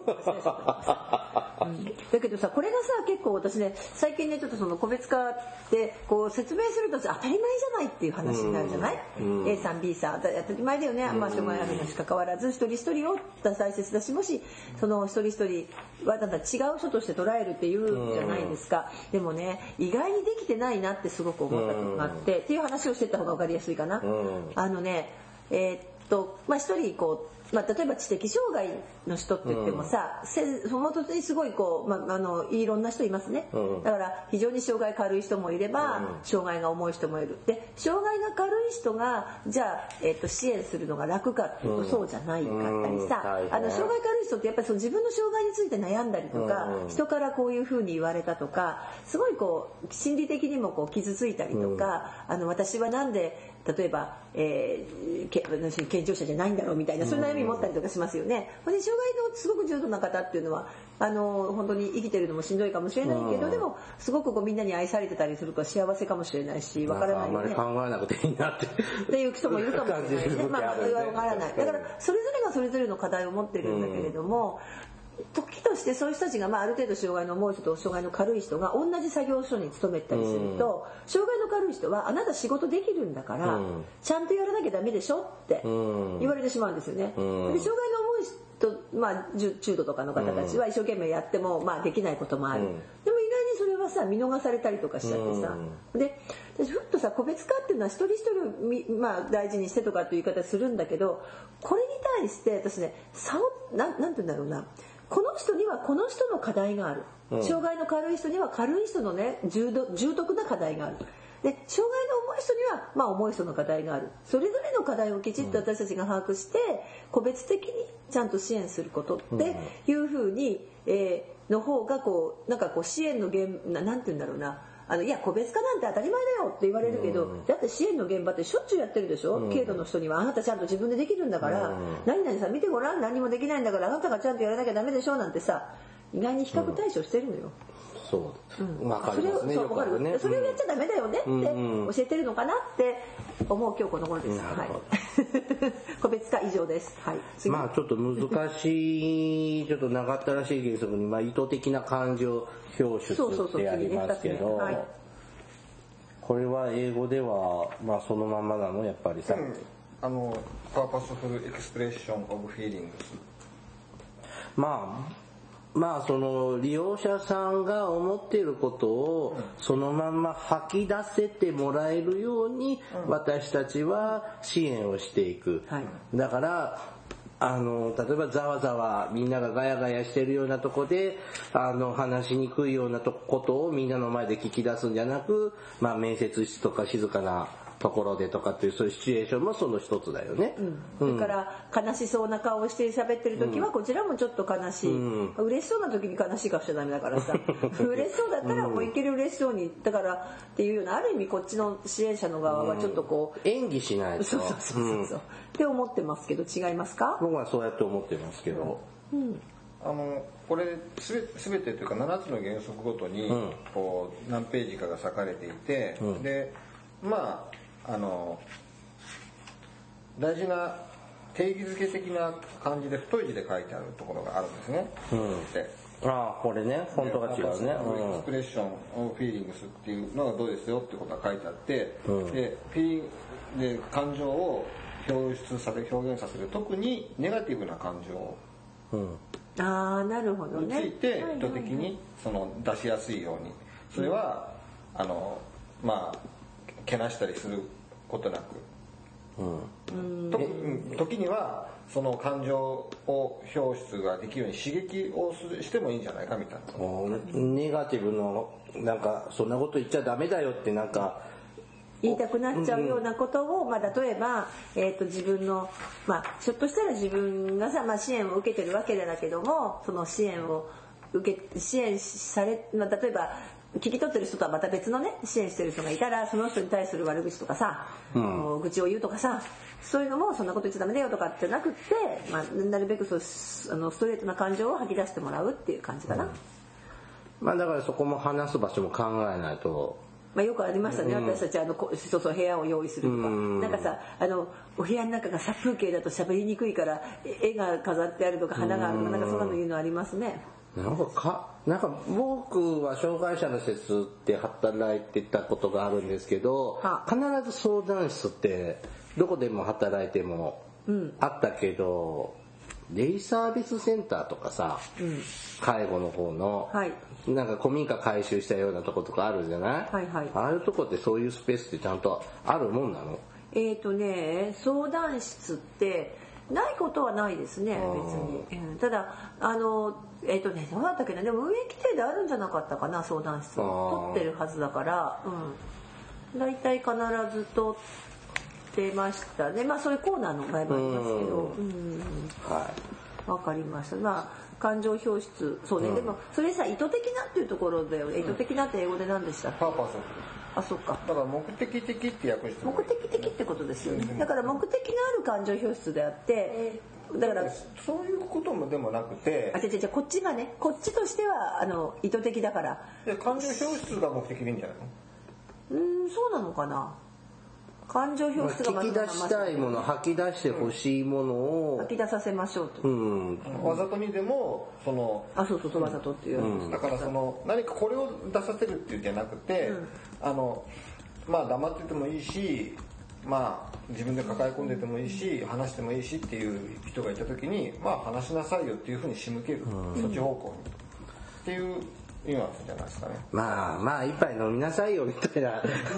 うん、だけどさこれがさ結構私ね最近ねちょっとその個別化ってこう説明すると当たり前じゃないっていう話になるじゃない、うん、A さん B さん当たり前だよね、まあ、障害あるのしか変わらず一人一人を大切だしもしその一人一人はただ違う人として捉えるっていうじゃないですか、うん、でもね意外にできてないなってすごく思ったことがあって、うん、っていう話をしてた方が分かりやすいかな、うん、あのねえー、っとまあ一人こうまあ、例えば知的障害の人って言ってもさ、うん、本当にすごいこう、まあ、あのいろんな人いますね、うん、だから非常に障害軽い人もいれば、うん、障害が重い人もいる。で障害が軽い人がじゃあ、えー、と支援するのが楽かっていうとそうじゃないかったりさ、うんうん、あの障害軽い人ってやっぱりその自分の障害について悩んだりとか、うん、人からこういうふうに言われたとかすごいこう心理的にもこう傷ついたりとか、うん、あの私はなんで例えば、えー、健常者じゃないんだろうみたいなそういう悩み持ったりとかしますよね。で障害のすごく重度な方っていうのはあの本当に生きてるのもしんどいかもしれないけど、うん、でもすごくこうみんなに愛されてたりすると幸せかもしれないしわからないよね。 あんまり考えなくていいなってっていう人もいるかもしれないね。まあわからない。だからそれぞれがそれぞれの課題を持ってるんだけれども。うん時としてそういう人たちが、まあ、ある程度障害の重い人と障害の軽い人が同じ作業所に勤めたりすると、うん、障害の軽い人はあなた仕事できるんだから、うん、ちゃんとやらなきゃダメでしょって言われてしまうんですよね。うん、で障害の重い人、まあ、中度とかの方たちは一生懸命やっても、まあ、できないこともある、うん、でも意外にそれはさ見逃されたりとかしちゃってさ、うん、で私ふっとさ個別化っていうのは一人一人を、まあ、大事にしてとかっていう言い方するんだけどこれに対して私ね差をな ん, なんて言うんだろうなこの人にはこの人の課題がある、うん、障害の軽い人には軽い人のね 重, 度重篤な課題があるで障害の重い人にはまあ重い人の課題があるそれぞれの課題をきちっと私たちが把握して個別的にちゃんと支援することっていうふうに、えー、の方がこうなんかこう支援の現ななんて言うんだろうなあのいや個別化なんて当たり前だよって言われるけど、うん、だって支援の現場ってしょっちゅうやってるでしょ、うん、軽度の人にはあなたちゃんと自分でできるんだから、うん、何々さん見てごらん何もできないんだからあなたがちゃんとやらなきゃダメでしょなんてさ意外に比較対象してるのよ、 うん、そう、うん、分かりますね。 それを、そう、分かるね。それをやっちゃダメだよねって教えてるのかなって思う今日この頃です、うん、はい個別化以上です、はい、 まあちょっと難しいちょっと長ったらしい原則に、まあ、意図的な感情表出ってありますけど、はい、これは英語では、まあ、そのままなのやっぱりさ、うん、 あのパーパスフルエクスプレッションオブフィーリングスまあまあその利用者さんが思っていることをそのまま吐き出せてもらえるように私たちは支援をしていく、はい、だからあの例えばざわざわみんながガヤガヤしてるようなとこであの話しにくいようなとことをみんなの前で聞き出すんじゃなく、まあ、面接室とか静かなところでとかっていうそういうシチュエーションもその一つだよね、 うん、だから悲しそうな顔をして喋ってる時はこちらもちょっと悲しい、うん、嬉しそうな時に悲しい顔しちゃダメだからさ嬉しそうだったら思いっきり嬉しそうにだからっていうようなある意味こっちの支援者の側はちょっとこう、 うん、演技しないとそうそうそうそう、うん、って思ってますけど違いますか？ 僕はそうやって思ってますけど、うん、 あのこれすべ、すべてというかななつの原則ごとにこう何ページかが割かれていて、うん、でまああの大事な定義づけ的な感じで太い字で書いてあるところがあるんですね。うん、でああこれねフォントが違うね。 エクスプレッションオブフィーリングスっていうのがどうですよってことが書いてあって、うん、でフィーリングで感情を表出され表現させる特にネガティブな感情、うん、 ああなるほどね。 について意図的にその出しやすいようにそれは、うん、あのまあけなしたりすることなく、うん、と時にはその感情を表出ができるように刺激をしてもいいんじゃないかみたいな。ネガティブのなんかそんなこと言っちゃダメだよってなんか言いたくなっちゃうようなことを、まあ、例えば、えー、と自分の、まあ、ひょっとしたら自分がさ、まあ、支援を受けてるわけだけどもその支援を受け支援され、まあ、例えば聞き取ってる人とはまた別のね支援してる人がいたらその人に対する悪口とかさ、うん、愚痴を言うとかさそういうのもそんなこと言っちゃダメだよとかってなくって、まあ、なるべくそうあのストレートな感情を吐き出してもらうっていう感じかな、うん、 まあだからそこも話す場所も考えないとまあ、よくありましたね、うん、私たちあのそうそう部屋を用意するとか、うん、なんかさあのお部屋の中が殺風景だと喋りにくいから絵が飾ってあるとか花があるとか、うん、なんかそんなの言うのありますね。 なんかかなんか僕は障害者の施設で働いてたことがあるんですけど、はあ、必ず相談室ってどこでも働いてもあったけど、うん、デイサービスセンターとかさ、うん、介護の方の、はい、なんか古民家改修したようなとことかあるじゃない、はいはい、ああいうとこってそういうスペースってちゃんとあるもんなの？ えーとね相談室ってないことはないですね別に、うん、ただあのえっ、ー、とねどうだったっけな、でも運営規定であるんじゃなかったかな、相談室取ってるはずだから、うん、大体必ず取ってましたね。まあそれコーナーの場合もありますけど、うん、うん、はい、わかりました。まあ感情表出、そうね、うん、でもそれさ意図的なっていうところだよね、うん、意図的なって英語で何でしたっけ？ パーパス。 あ、そっか。 だから目的的って訳しても目的的ってことですよね。だから目的のある感情表出であって、だからそういうこともでもなくて、 あ、違う違う、こっちがね、こっちとしてはあの意図的だから。 で感情表出が目的でいいんじゃないの？ うん、そうなのかな。感情表出が吐き出したいもの、吐き出してほしいものを吐き出させましょうと、 うん、 わざとにでもその、 あ、そうそうそう、わざとっていう、 うん、だからその何かこれを出させるっていうんじゃなくて、うん、あのまあ黙っててもいいし、まあ自分で抱え込んでてもいいし、話してもいいしっていう人がいた時に、まあ話しなさいよっていうふうに仕向ける、うん、そっち方向にっていうニュアンスじゃないですかね。 まあまあ一杯飲みなさいよみたいな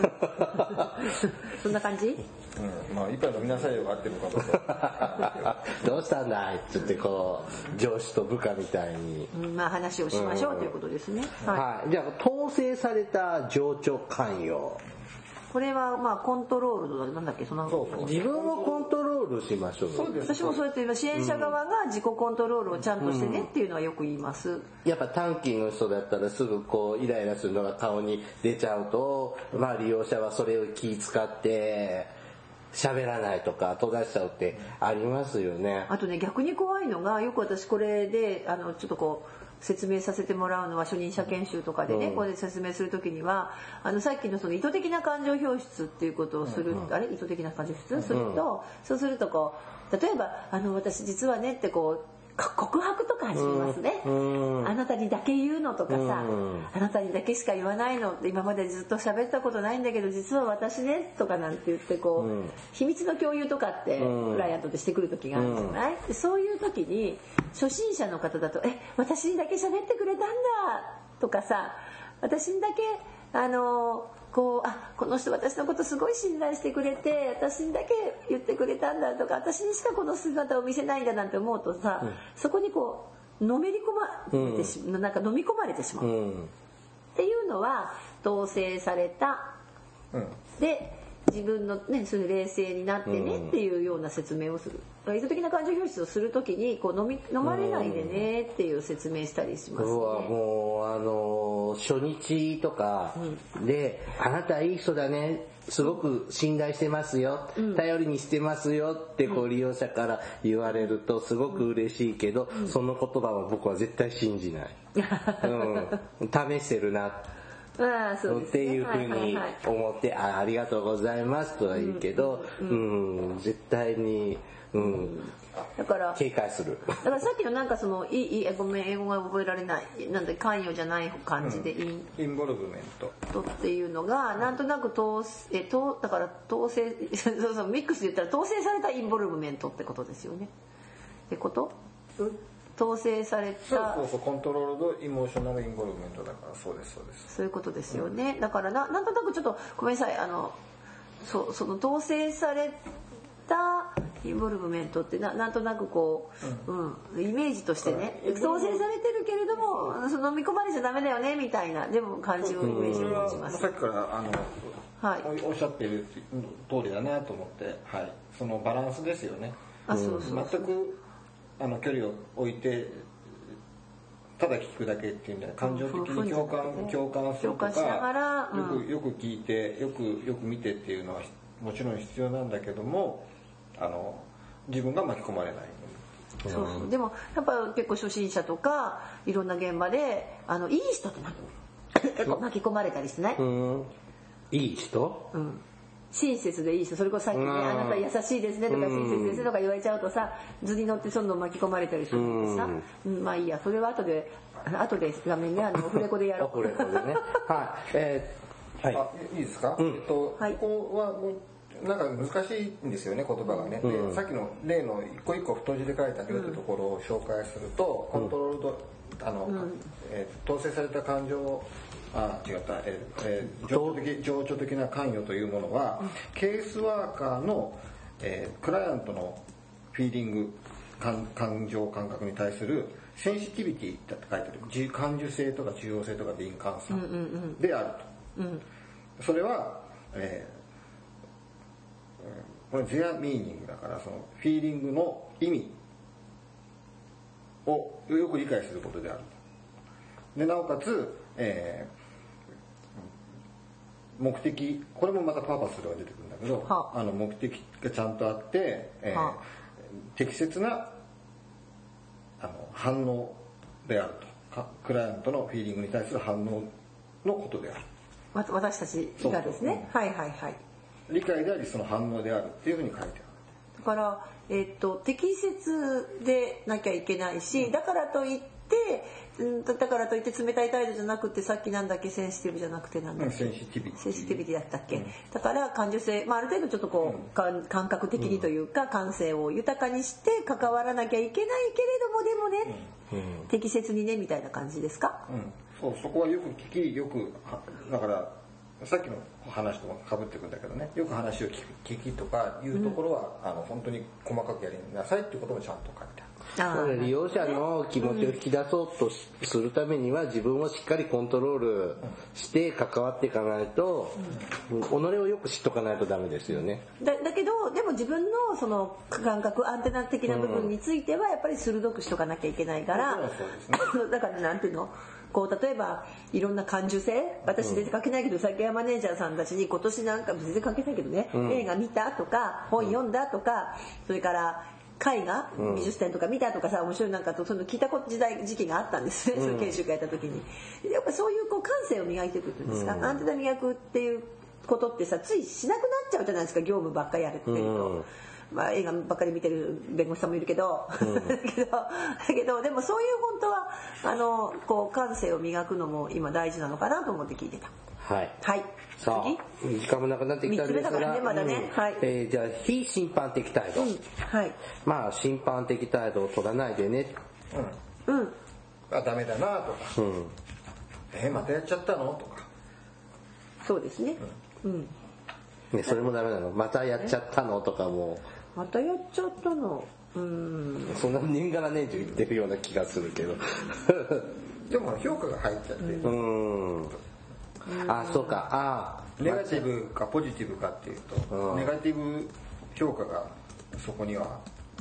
そんな感じ？ うん、まあ一杯飲みなさいよが合ってるのかどうかどうしたんだいって言ってこう上司と部下みたいに、 うん、まあ話をしましょう、うん、ということですね。はい、 はい、じゃあ統制された情緒関与、 これはまあコントロールのなんだっけ、そのそうそう自分をコントロールしましょう。 そうです。私もそうやって支援者側が自己コントロールをちゃんとしてねっていうのはよく言います。うん、 やっぱ短期の人だったらすぐこうイライラするのが顔に出ちゃうと、まあ利用者はそれを気使って喋らないとか閉ざしちゃうってありますよね。 あとね、逆に怖いのが、よく私これであのちょっとこう説明させてもらうのは初任者研修とかでね、うん、ここで説明するときにはあのさっきのその意図的な感情表出っていうことをする、うん、あれ意図的な感情表出すると、うん、そうするとこう例えばあの私実はねってこう告白とか始めますね、うん、あなたにだけ言うのとかさ、うん、あなたにだけしか言わないのって今までずっと喋ったことないんだけど実は私ねとかなんて言ってこう、うん、秘密の共有とかってクライアントでしてくる時があるじゃない、うん、そういう時に初心者の方だとえ私にだけ喋ってくれたんだとかさ、私にだけあのこうあこの人私のことすごい信頼してくれて私にだけ言ってくれたんだとか私にしかこの姿を見せないんだなんて思うとさ、うん、そこにこうのめり込まれてし、うん、なんか飲み込まれてしまう、うん、っていうのは統制された、うん、で自分のねそれ冷静になってねっていうような説明をする、うん、意図的な感情表出をするときにこう飲み飲まれないでねっていう説明したりしますね。 うわもうあの初日とかで、うん、あなたいい人だねすごく信頼してますよ、うん、頼りにしてますよってこう利用者から言われるとすごく嬉しいけど、うん、その言葉は僕は絶対信じない、うん、試してるなああそうですね、 っていうふうに思って、はいはいはい、あ, ありがとうございますとは言うけど、うんうんうん、絶対に、うん、だから警戒する。 だからさっきのなんかそのいいいごめん英語が覚えられないなんで関与じゃない感じで、うん、インインボルブメントとっていうのがなんとなく統えとだから統制そうそうミックスで言ったら統制されたインボルブメントってことですよね。ってこと？うん統制されたそうそうそうコントロールドイモーショナルインボルブメントだからそうですそうですそういうことですよね、うん、だからななんとなくちょっとごめんなさいあのそその統制されたインボルブメントってななんとなくこう、うんうん、イメージとしてね統制されてるけれどもその飲み込まれちゃダメだよねみたいなでも感じのイメージを持ちます。 さっきからあの、はい、おっしゃっている通りだなと思って、はい、そのバランスですよね。 あそうそうそう全くあの距離を置いてただ聞くだけっていうんじゃない感情的に共感、うん、共感するとかしながら、 うん、よくよく聞いてよくよく見てっていうのはもちろん必要なんだけどもあの自分が巻き込まれない。 そうそうでもやっぱ結構初心者とかいろんな現場であのいい人って結構巻き込まれたりしてない、うん、 いい人、 うん親切でいい人それこそさっきね、うん、あなた優しいですねとか親切ですねとか言われちゃうとさ図に乗ってどんどん巻き込まれたりするんでさ、うん、まあいいやそれは後で後で画面ねあのオフレコでやろうオフレコでねはい、えー、はい、あいいですか、うん、えっと、はい、ここはもうなんか難しいんですよね言葉がね、うん、でさっきの例の一個一個太字で書いてあるよってところを紹介すると、うん、コントロールドあの、うんえー、統制された感情あ違った、えーえー、情緒的、情緒的な関与というものは、うん、ケースワーカーの、えー、クライアントのフィーリング、感, 感情感覚に対するセンシティビティって書いてある、感受性とか受容性とか敏感さであると、うんうんうん、それは、えー、これゼアミーニングだから、そのフィーリングの意味をよく理解することであると。でなおかつ、えー、目的、これもまたパーパスが出てくるんだけど、あの目的がちゃんとあって、えー、適切なあの反応であると、クライアントのフィーリングに対する反応のことである。 私たちがですね、そうそう、うん、はいはいはい。理解でありその反応であるっていうふうに書いてある。 だから、えー、っと適切でなきゃいけないし、うん、だからといって、うん、だからといって冷たい態度じゃなくて、さっきなんだっけ、センシティブじゃなくてなんだっけ、 センシティビティ、 センシティビティだったっけ、うん、だから感受性、まあ、ある程度ちょっとこう、うん、感覚的にというか、感性を豊かにして関わらなきゃいけないけれども、でもね、うん、適切にねみたいな感じですか、 うん、そう、そこはよく聞き、よくだからさっきの話ともかぶってくるんだけどね、よく話を聞き、聞きとかいうところは、うん、あの本当に細かくやりなさいっていうこともちゃんと書いてある。利用者の気持ちを引き出そうとするためには、自分をしっかりコントロールして関わっていかないと、うん、己をよく知っとかないとダメですよね。 だ, だけどでも自分のその感覚、アンテナ的な部分についてはやっぱり鋭くしとかなきゃいけないから、うん、そうですね、だからなんていうの、こう例えばいろんな感受性、私全然書けないけど、酒屋マネージャーさんたちに今年なんか全然書けないけどね、うん、映画見たとか本読んだとか、それから絵画美術展とか見たとかさ、面白いなんかとその聞いた時代時期があったんですね、うん、その研修会やった時に。やっぱそういうこう感性を磨いていくっていうんですか、うん、アンテナ磨くっていうことってさ、ついしなくなっちゃうじゃないですか、業務ばっかりやるってると。うん、まあ、映画ばっかり見てる弁護士さんもいるけど、うん、だけどだけどでもそういう本当はあのこう感性を磨くのも今大事なのかなと思って聞いてた。 はい。 はい。 さあ、時間もなくなってきたんですが、みっつめだからね、まだね。うん、はい。えー、じゃあ非審判的態度。うん、はい。まあ審判的態度を取らないでね。 うん。うん。あ、ダメだなとか。うん。えー、またやっちゃったのとか。 そうですね。うん。うんね、それもダメなの。またやっちゃったのとかも。 またやっちゃったの。うん。 そんな年がら年中言ってるような気がするけど。 でも評価が入っちゃって。うん。 うんあ、そうか。あネガティブかポジティブかっていうと、うん、ネガティブ評価がそこには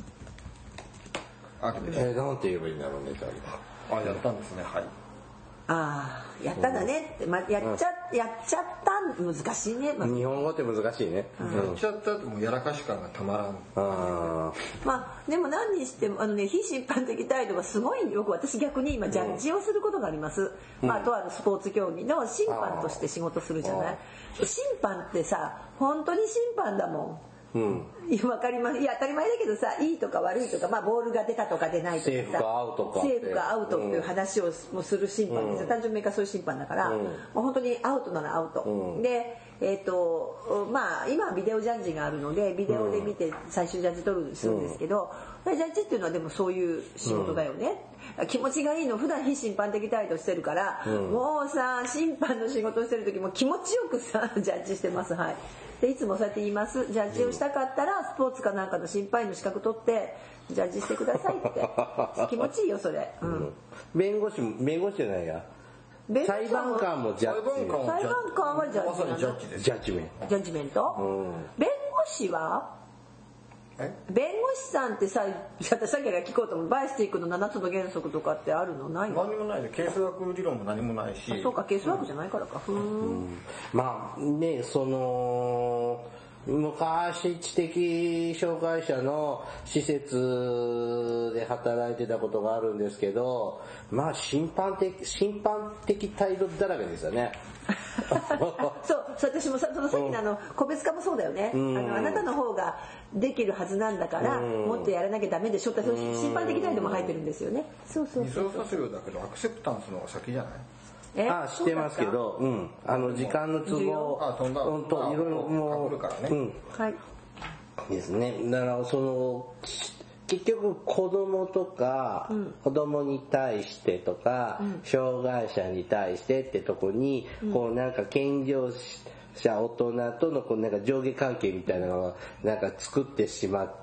あるでしょ。 えー、なんて言えばいいんだろうね、 あ、やったんですね、はい。 ああ、やったんだねって、ま、やっちゃ、うん、やっちゃった難しいね、 ま、日本語って難しいね、 うん、やっちゃったってもうやらかし感がたまらん。 あまあでも何にしてもあのね、非審判的態度はすごいよく、私逆に今ジャッジをすることがあります、うん、まあとあるスポーツ競技の審判として仕事するじゃない。審判ってさ、本当に審判だもん。うん、分かります。いや当たり前だけどさ、いいとか悪いとか、まあ、ボールが出たとか出ないとかさ、 セーフかアウトかセーフかアウトっていう話をもする審判です、うん、単純明快そういう審判だから、うん、もう本当にアウトならアウト、うん、で、えーとまあ、今はビデオジャッジがあるのでビデオで見て最終ジャッジ取るするんですけど、うん、ジャッジっていうのはでもそういう仕事だよね、うん、気持ちがいいの。普段非審判的態度してるから、うん、もうさ審判の仕事をしてる時も気持ちよくさジャッジしてます。はい。でいつもそうやって言います。ジャッジをしたかったらスポーツかなんかの審判員の資格取ってジャッジしてくださいって気持ちいいよそれ、うん、 弁護士も弁護士じゃないや裁判官もジャッジ。 裁判官はジャッジなの。 ジャッジです。ジャッジメント。 ジャッジメント、うん、弁護士は弁護士さんってさ、私さっきから聞こうと思う、バイスティックのななつの原則とかってあるの？ないの？ 何もないで、ケースワーク理論も何もないし。 そうか、ケースワークじゃないからか。うんうん、まあね、その昔知的障害者の施設で働いてたことがあるんですけど、まあ審判的審判的態度だらけですよね。 そう、私もさ、そのさっきのあの個別化もそうだよね。あのあなたの方ができるはずなんだから、もっとやらなきゃダメでしょって、審判的態度も入ってるんですよね。そうそうそう。 水を差すようだけどアクセプタンスの方が先じゃない？ ああ、してますけど、うん、あの時間の都合、 あ、飛んだ、 うんといろいろもう、からね、 うん、 はい、 ですね。だからその結局子供とか、うん、子供に対してとか、うん、障害者に対してってとこに、うん、こうなんか健常者大人とのこうなんか上下関係みたいなのをなんか作ってしまって。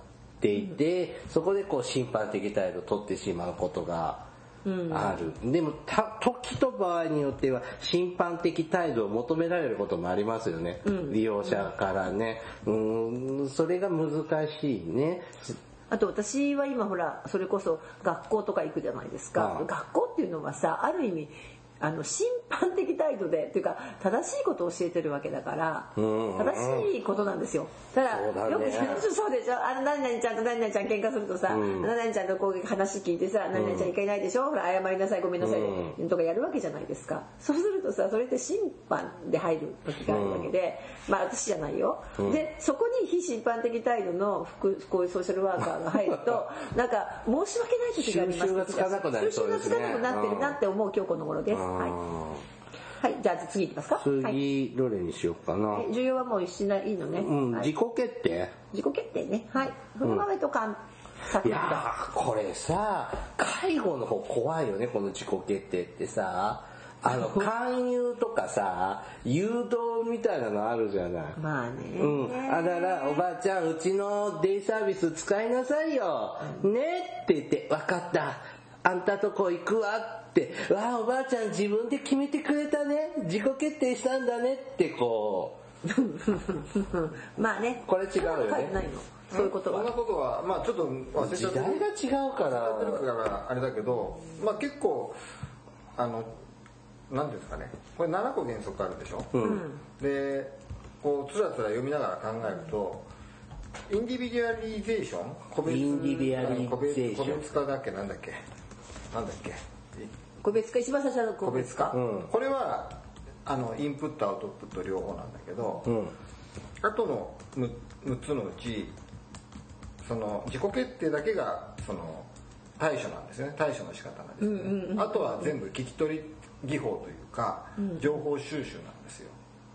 ていて、そこでこう審判的態度を取ってしまうことがある、うん、でもた時と場合によっては審判的態度を求められることもありますよね、うん、利用者からね、うん、それが難しいね。 あと私は今ほらそれこそ学校とか行くじゃないですか、ああ学校っていうのはさある意味あの審判的態度でっていうか正しいことを教えてるわけだから、うんうん、正しいことなんですよ。ただそうだ、ね、よくそうでしょ、あの何々ちゃんと何々ちゃん喧嘩するとさ、うん、何々ちゃんとこう話聞いてさ、何々ちゃんいけないでしょ、ほら謝りなさいごめんなさい、うん、とかやるわけじゃないですか。そうするとさそれって審判で入る時があるわけで、うん、まあ私じゃないよ、うん、でそこに非審判的態度のこういうソーシャルワーカーが入るとなんか申し訳ない時があります。 収集がつかなくなりそうですね。 収集がつかなくなってるなって思う今日この頃です。はい、はい、じゃあ次いきますか。 次、 はい、 どれにしようかな。 重要はもうしないいいのね、 うん、はい、自己決定自己決定ね。はい。ふるまめとかん、 いやーこれさ介護の方怖いよね、この自己決定ってさ。あの勧誘とかさ誘導みたいなのあるじゃない。 まあね、 うん、あだからおばあちゃんうちのデイサービス使いなさいよ、うん、ねって言って分かったあんたとこ行くわってわあおばあちゃん自分で決めてくれたね自己決定したんだねってこうまあねこれ違うよね。 ないのそういうことは。 そんなことはまあちょっと忘れ時代が違うからあれだけど、まあ結構あのなんですかね、これななこ原則あるでしょ、うん、でこうつらつら読みながら考えるとインディビデュアリゼーション個別インディビデュアリゼーション個別化だっけなんだっけなんだっけ個別化一番最初の個別化、うん、これはあのインプットアウトプット両方なんだけど、うん、あとの む, むっつのうちその自己決定だけがその対処なんですよね。対処の仕方なんですね、うんうんうん、あとは全部聞き取り技法というか、うん、情報収集なんですよ、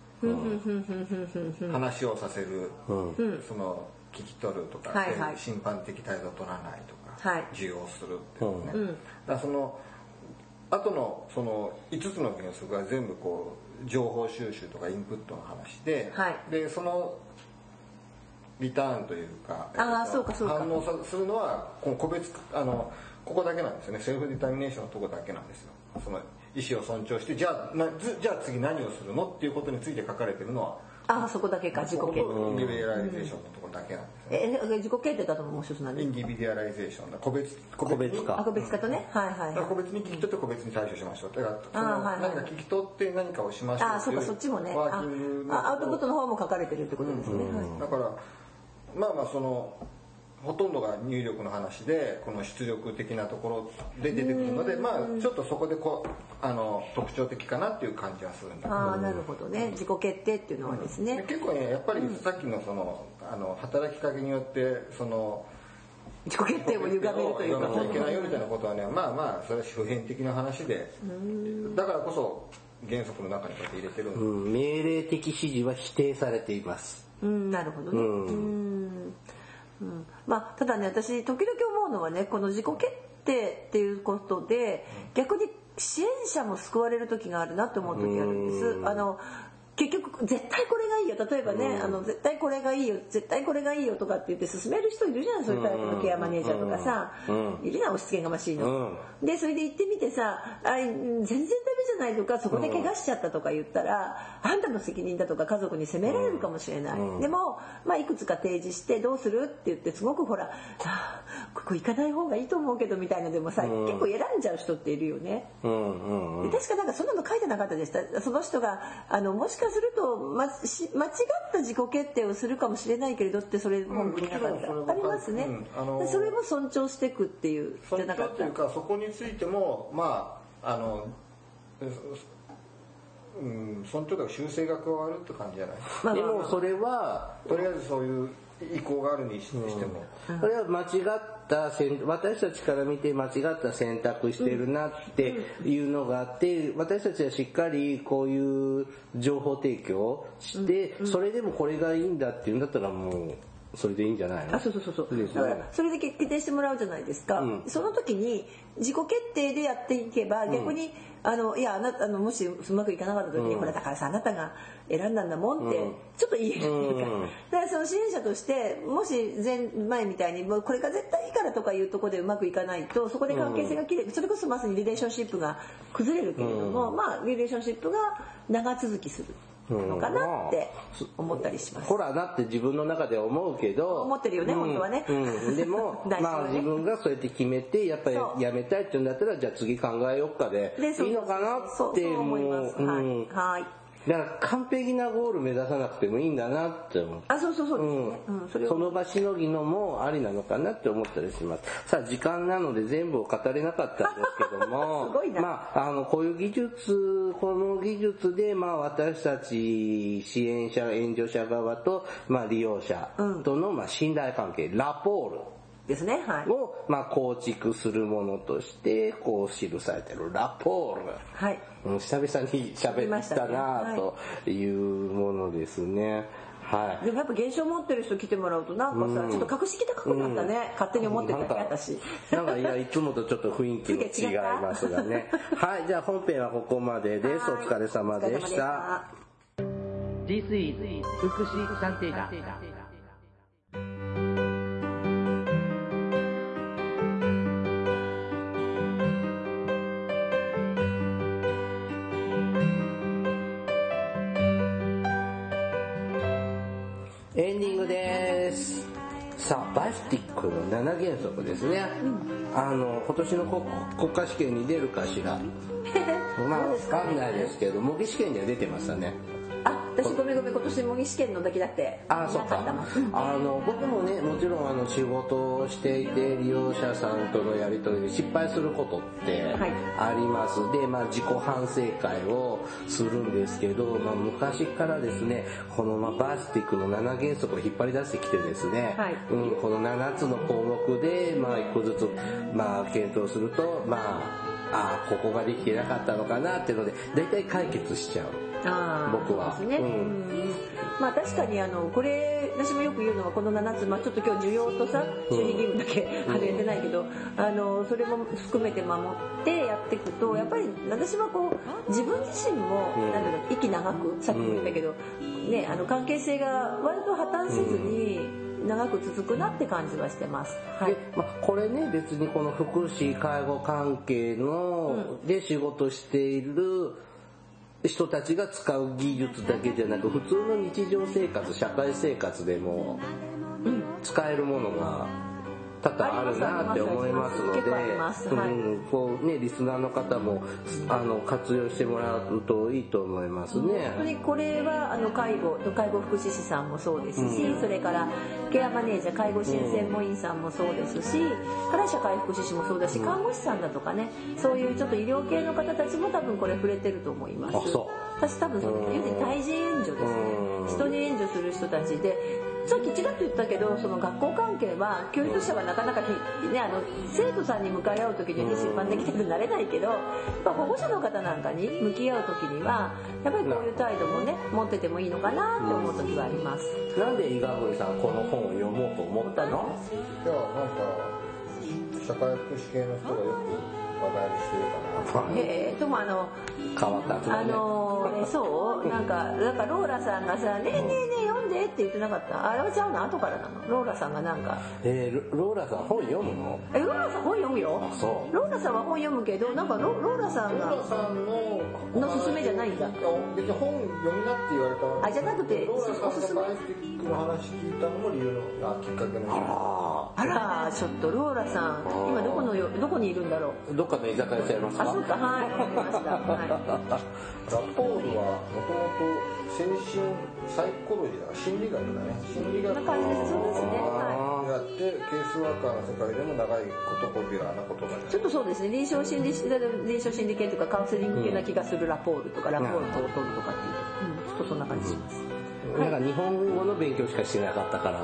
うん、話をさせる、うん、その聞き取るとか、はいはい、審判的態度を取らないとか、はい、受容するっていうね、うん、だからその後のそのいつつの原則が全部こう情報収集とかインプットの話で、はい、でそのリターンというか、 あー、そうかそうか、 反応するのはこの個別あのここだけなんですよね。セルフディタミネーションのとこだけなんですよ。その意思を尊重してじゃあなじゃあ次何をするのっていうことについて書かれてるのはああそこだけか自己決定インディビデュアライゼーションのとこだけなんですね、 うん、え自己決定だともう一つ何ですか。 インディビデュアライゼーションだ個別個別化あ個別化とね、はいはいはい、 個別に聞き取って個別に対処しましょう。だからその何か聞き取って何かをしましょうあそうかそっちもねあアウトプットの方も書かれてるってことですね、うんうん、だからまあまあそのほとんどが入力の話でこの出力的なところで出てくるのでまあちょっとそこでこうあの特徴的かなっていう感じはするんだけど。 ああなるほどね自己決定っていうのはですね、 うん、結構ねやっぱりさっきのそのあの働きかけによってその自己決定を歪めるというか歪めちゃいけないよみたいなことはねまあまあそれは普遍的な話でだからこそ原則の中にこうやって入れてるんです、 うん、命令的指示は否定されています。 うんなるほどね。うんうんうん、まあただね私時々思うのはねこの自己決定っていうことで逆に支援者も救われる時があるなって思う時があるんです。あの結局絶対これがいいよ例えばねあの絶対これがいいよ絶対これがいいよとかって言って勧める人いるじゃん。そういうタイプのケアマネージャーとかさいるじゃん押し付けがましいの。でそれで行ってみてさあ全然ダメじゃないとかそこで怪我しちゃったとか言ったらあんたの責任だとか家族に責められるかもしれない。でもまあいくつか提示してどうするって言ってすごくほらあここ行かない方がいいと思うけどみたいなでもさ結構選んじゃう人っているよね。で確かなんかそんなの書いてなかったでした。その人があのもしかすると、ま、間違った自己決定をするかもしれないけれどってそれ本部になかった、うん、ありますね、うんあのー、それも尊重していくっていう尊重っていうかそこについてもまああの、うん、尊重とか修正が加わるって感じじゃない、 まあ、でもそれはとりあえずそういう意向があるにしても、 うん、それは間違った私たちから見て間違った選択してるなっていうのがあって私たちはしっかりこういう情報提供してそれでもこれがいいんだっていうんだったらもうそれでいいんじゃないの？ あ、そうそうそうそう。だからそれで決定してもらうじゃないですか。うん、その時に自己決定でやっていけば逆に、うん、あのいやあなたあのもしうまくいかなかった時に、うん、ほらだからさあなたが選んだんだもんってちょっと言えるっていうか、うん、だからその支援者としてもし前前みたいにもうこれが絶対いいからとかいうところでうまくいかないとそこで関係性が切れる、それこそまさにリレーションシップが崩れるけれども、うん、まあリレーションシップが長続きするのかなって思ったりします。 ほらなって自分の中で思うけど思ってるよね、うん、本当はね、 うん、でも、ね、まあ自分がそうやって決めてやっぱりやめたいって言うんだったらじゃあ次考えよっかでいいのかなって思います。はい、はい。 だから完璧なゴール目指さなくてもいいんだなって思う。 あ、そうそうそうですね。 うん、それをその場しのぎのもありなのかなって思ったりします。さあ時間なので全部を語れなかったんですけども、 すごいな。 まああのこういう技術、この技術でまあ私たち支援者、援助者側とまあ利用者とのまあ信頼関係、ラポール。 ですね、はい、 を、まあ、構築するものとしてこう記されてるラポール、 はい、 うん、久々に喋ったなというものですね。はい、 でもやっぱ現象持ってる人来てもらうとなんかさ、うん、ちょっと格式高くなったね、うん、勝手に思ってただけ私なんかいやいつもとちょっと雰囲気も違いますがねはい、じゃあ本編はここまでです。お疲れ様でした。 This is 福祉探偵団。 エンディングです。さあバスティックのなな原則ですね、うん、あの今年の国家試験に出るかしらまあ分かんないですけど模擬試験には出てましたね。 あ、私ごめんごめん今年模擬試験の時だってあ、そっか。あの僕もねもちろんあの仕事をしていて利用者さんとのやり取りで失敗することってあります、はい、でまあ自己反省会をするんですけど、まあ、昔からですねこのまあバースティックのなな原則を引っ張り出してきてですね、はい、うん、このななつの項目でまあいっこずつまあ検討するとまああここができてなかったのかなっていうので大体解決しちゃう。あ僕は。 そうですね。うん、まあ確かにあのこれ私もよく言うのはこのななつ、まあちょっと今日需要とさ守秘義務だけあのやってないけど、あのそれも含めて守ってやっていくとやっぱり私はこう自分自身も、うん、なんだろう息長くさっきも言ったけど、うん、ねあの関係性が割と破綻せずに。うん長く続くなって感じはしてます。はい、 でまあ、これね別にこの福祉介護関係の、うん、で仕事している人たちが使う技術だけじゃなく普通の日常生活社会生活でも使えるものが多々あるなって思いますので、うんこうねリスナーの方もあの活用してもらうといいと思いますね。 本当にこれはあの介護介護福祉士さんもそうですし、うん、それからケアマネージャー介護支援専門員さんもそうですし、うん、から社会福祉士もそうだし、看護師さんだとかねそういうちょっと医療系の方たちも多分これ触れてると思います。 あそう私多分その要するに対人援助ですね、人に援助する人たちでさっきちらっと言ったけどその学校関係は教育者はなかなか、ね、あの生徒さんに向かい合う時に一般的になれないけどやっぱ保護者の方なんかに向き合う時にはやっぱりこういう態度もね持っててもいいのかなって思う時はあります。 なんで伊賀堀さんこの本を読もうと思ったの？ いやなんか社会福祉系の人がよく話題にしてるかな。 えー、でもあの変わった、ね、 あのねそうなんかなんかローラさんがさ「ねえねえねえ読んで」って言ってなかった？あれはちゃうの後からなの？ローラさんがなんかえー、ローラさん本読むの？ えローラさん本読むよ。 あそうローラさんは本読むけどなんかロローラさんがローラさんのの勧めじゃないんだ。 別に本読みなって言われたのあじゃなくてローラさんがバイスティックの話聞いたのも理由のきっかけのあらあらちょっとローラさん今どこのよどこにいるんだろう。どっかの居酒屋さんいますか？ あそうかはいわかりました、はい、 ラポールはもともと精神サイコロジーだ心理学だね心理学の感じですそうですね、 はい、やってケースワーカーの世界でも長いことポピュラーな言葉です。 ちょっとそうですね臨床心理臨床心理系とかカウンセリング系な気がする、うん、ラポールとかラポールと取るとかっていうと、うん、ちょっとそんな感じします、 うん、なんか日本語の勉強しかしてなかったから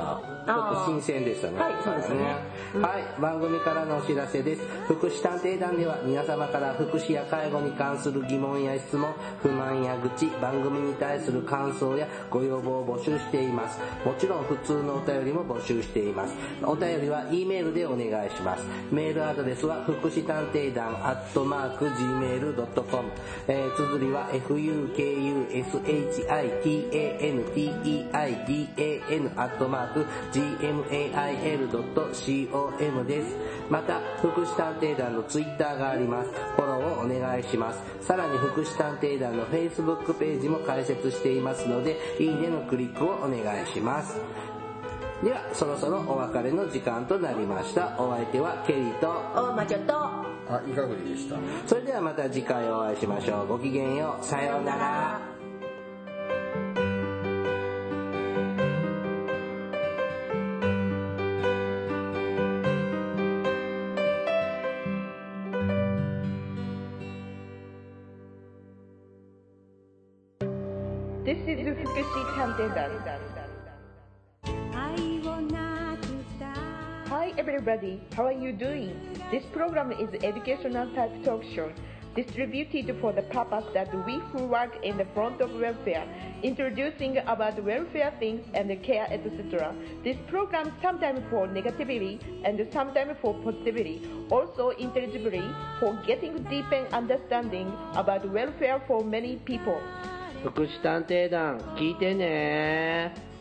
ちょっと新鮮でしたね。 はい、そうですね。 うん、はい、番組からのお知らせです。福祉探偵団では皆様から福祉や介護に関する疑問や質問、不満や愚痴、番組に対する感想やご要望を募集しています。もちろん普通のお便りも募集しています。お便りは E メールでお願いします。メールアドレスは福祉探偵団アットマーク ジーメールドットコム、えー、綴りは エフユーケーユーエスエイチアイティーエーエヌティーイーアイディーエーエヌ アットマーク ジーエムエーアイエルドットコム です。また福祉探偵団のツイッターがあります。フォローをお願いします。さらに福祉探偵団の Facebook ページも開設していますので、いいねのクリックをお願いします。ではそろそろお別れの時間となりました。お相手はケリーとおまちょとあいかぐりでした。 それではまた次回お会いしましょう。ごきげんよう。さようなら。 This is 福祉探偵団。Hi everybody, how are you doing? This program is an educational type talk show distributed for the purpose that we who work in the front of welfare, introducing about welfare things and care, et cetera. This program sometimes for negativity and sometimes for positivity, also intelligibly for getting deep and understanding about welfare for many people. 福祉探偵団聞いてね。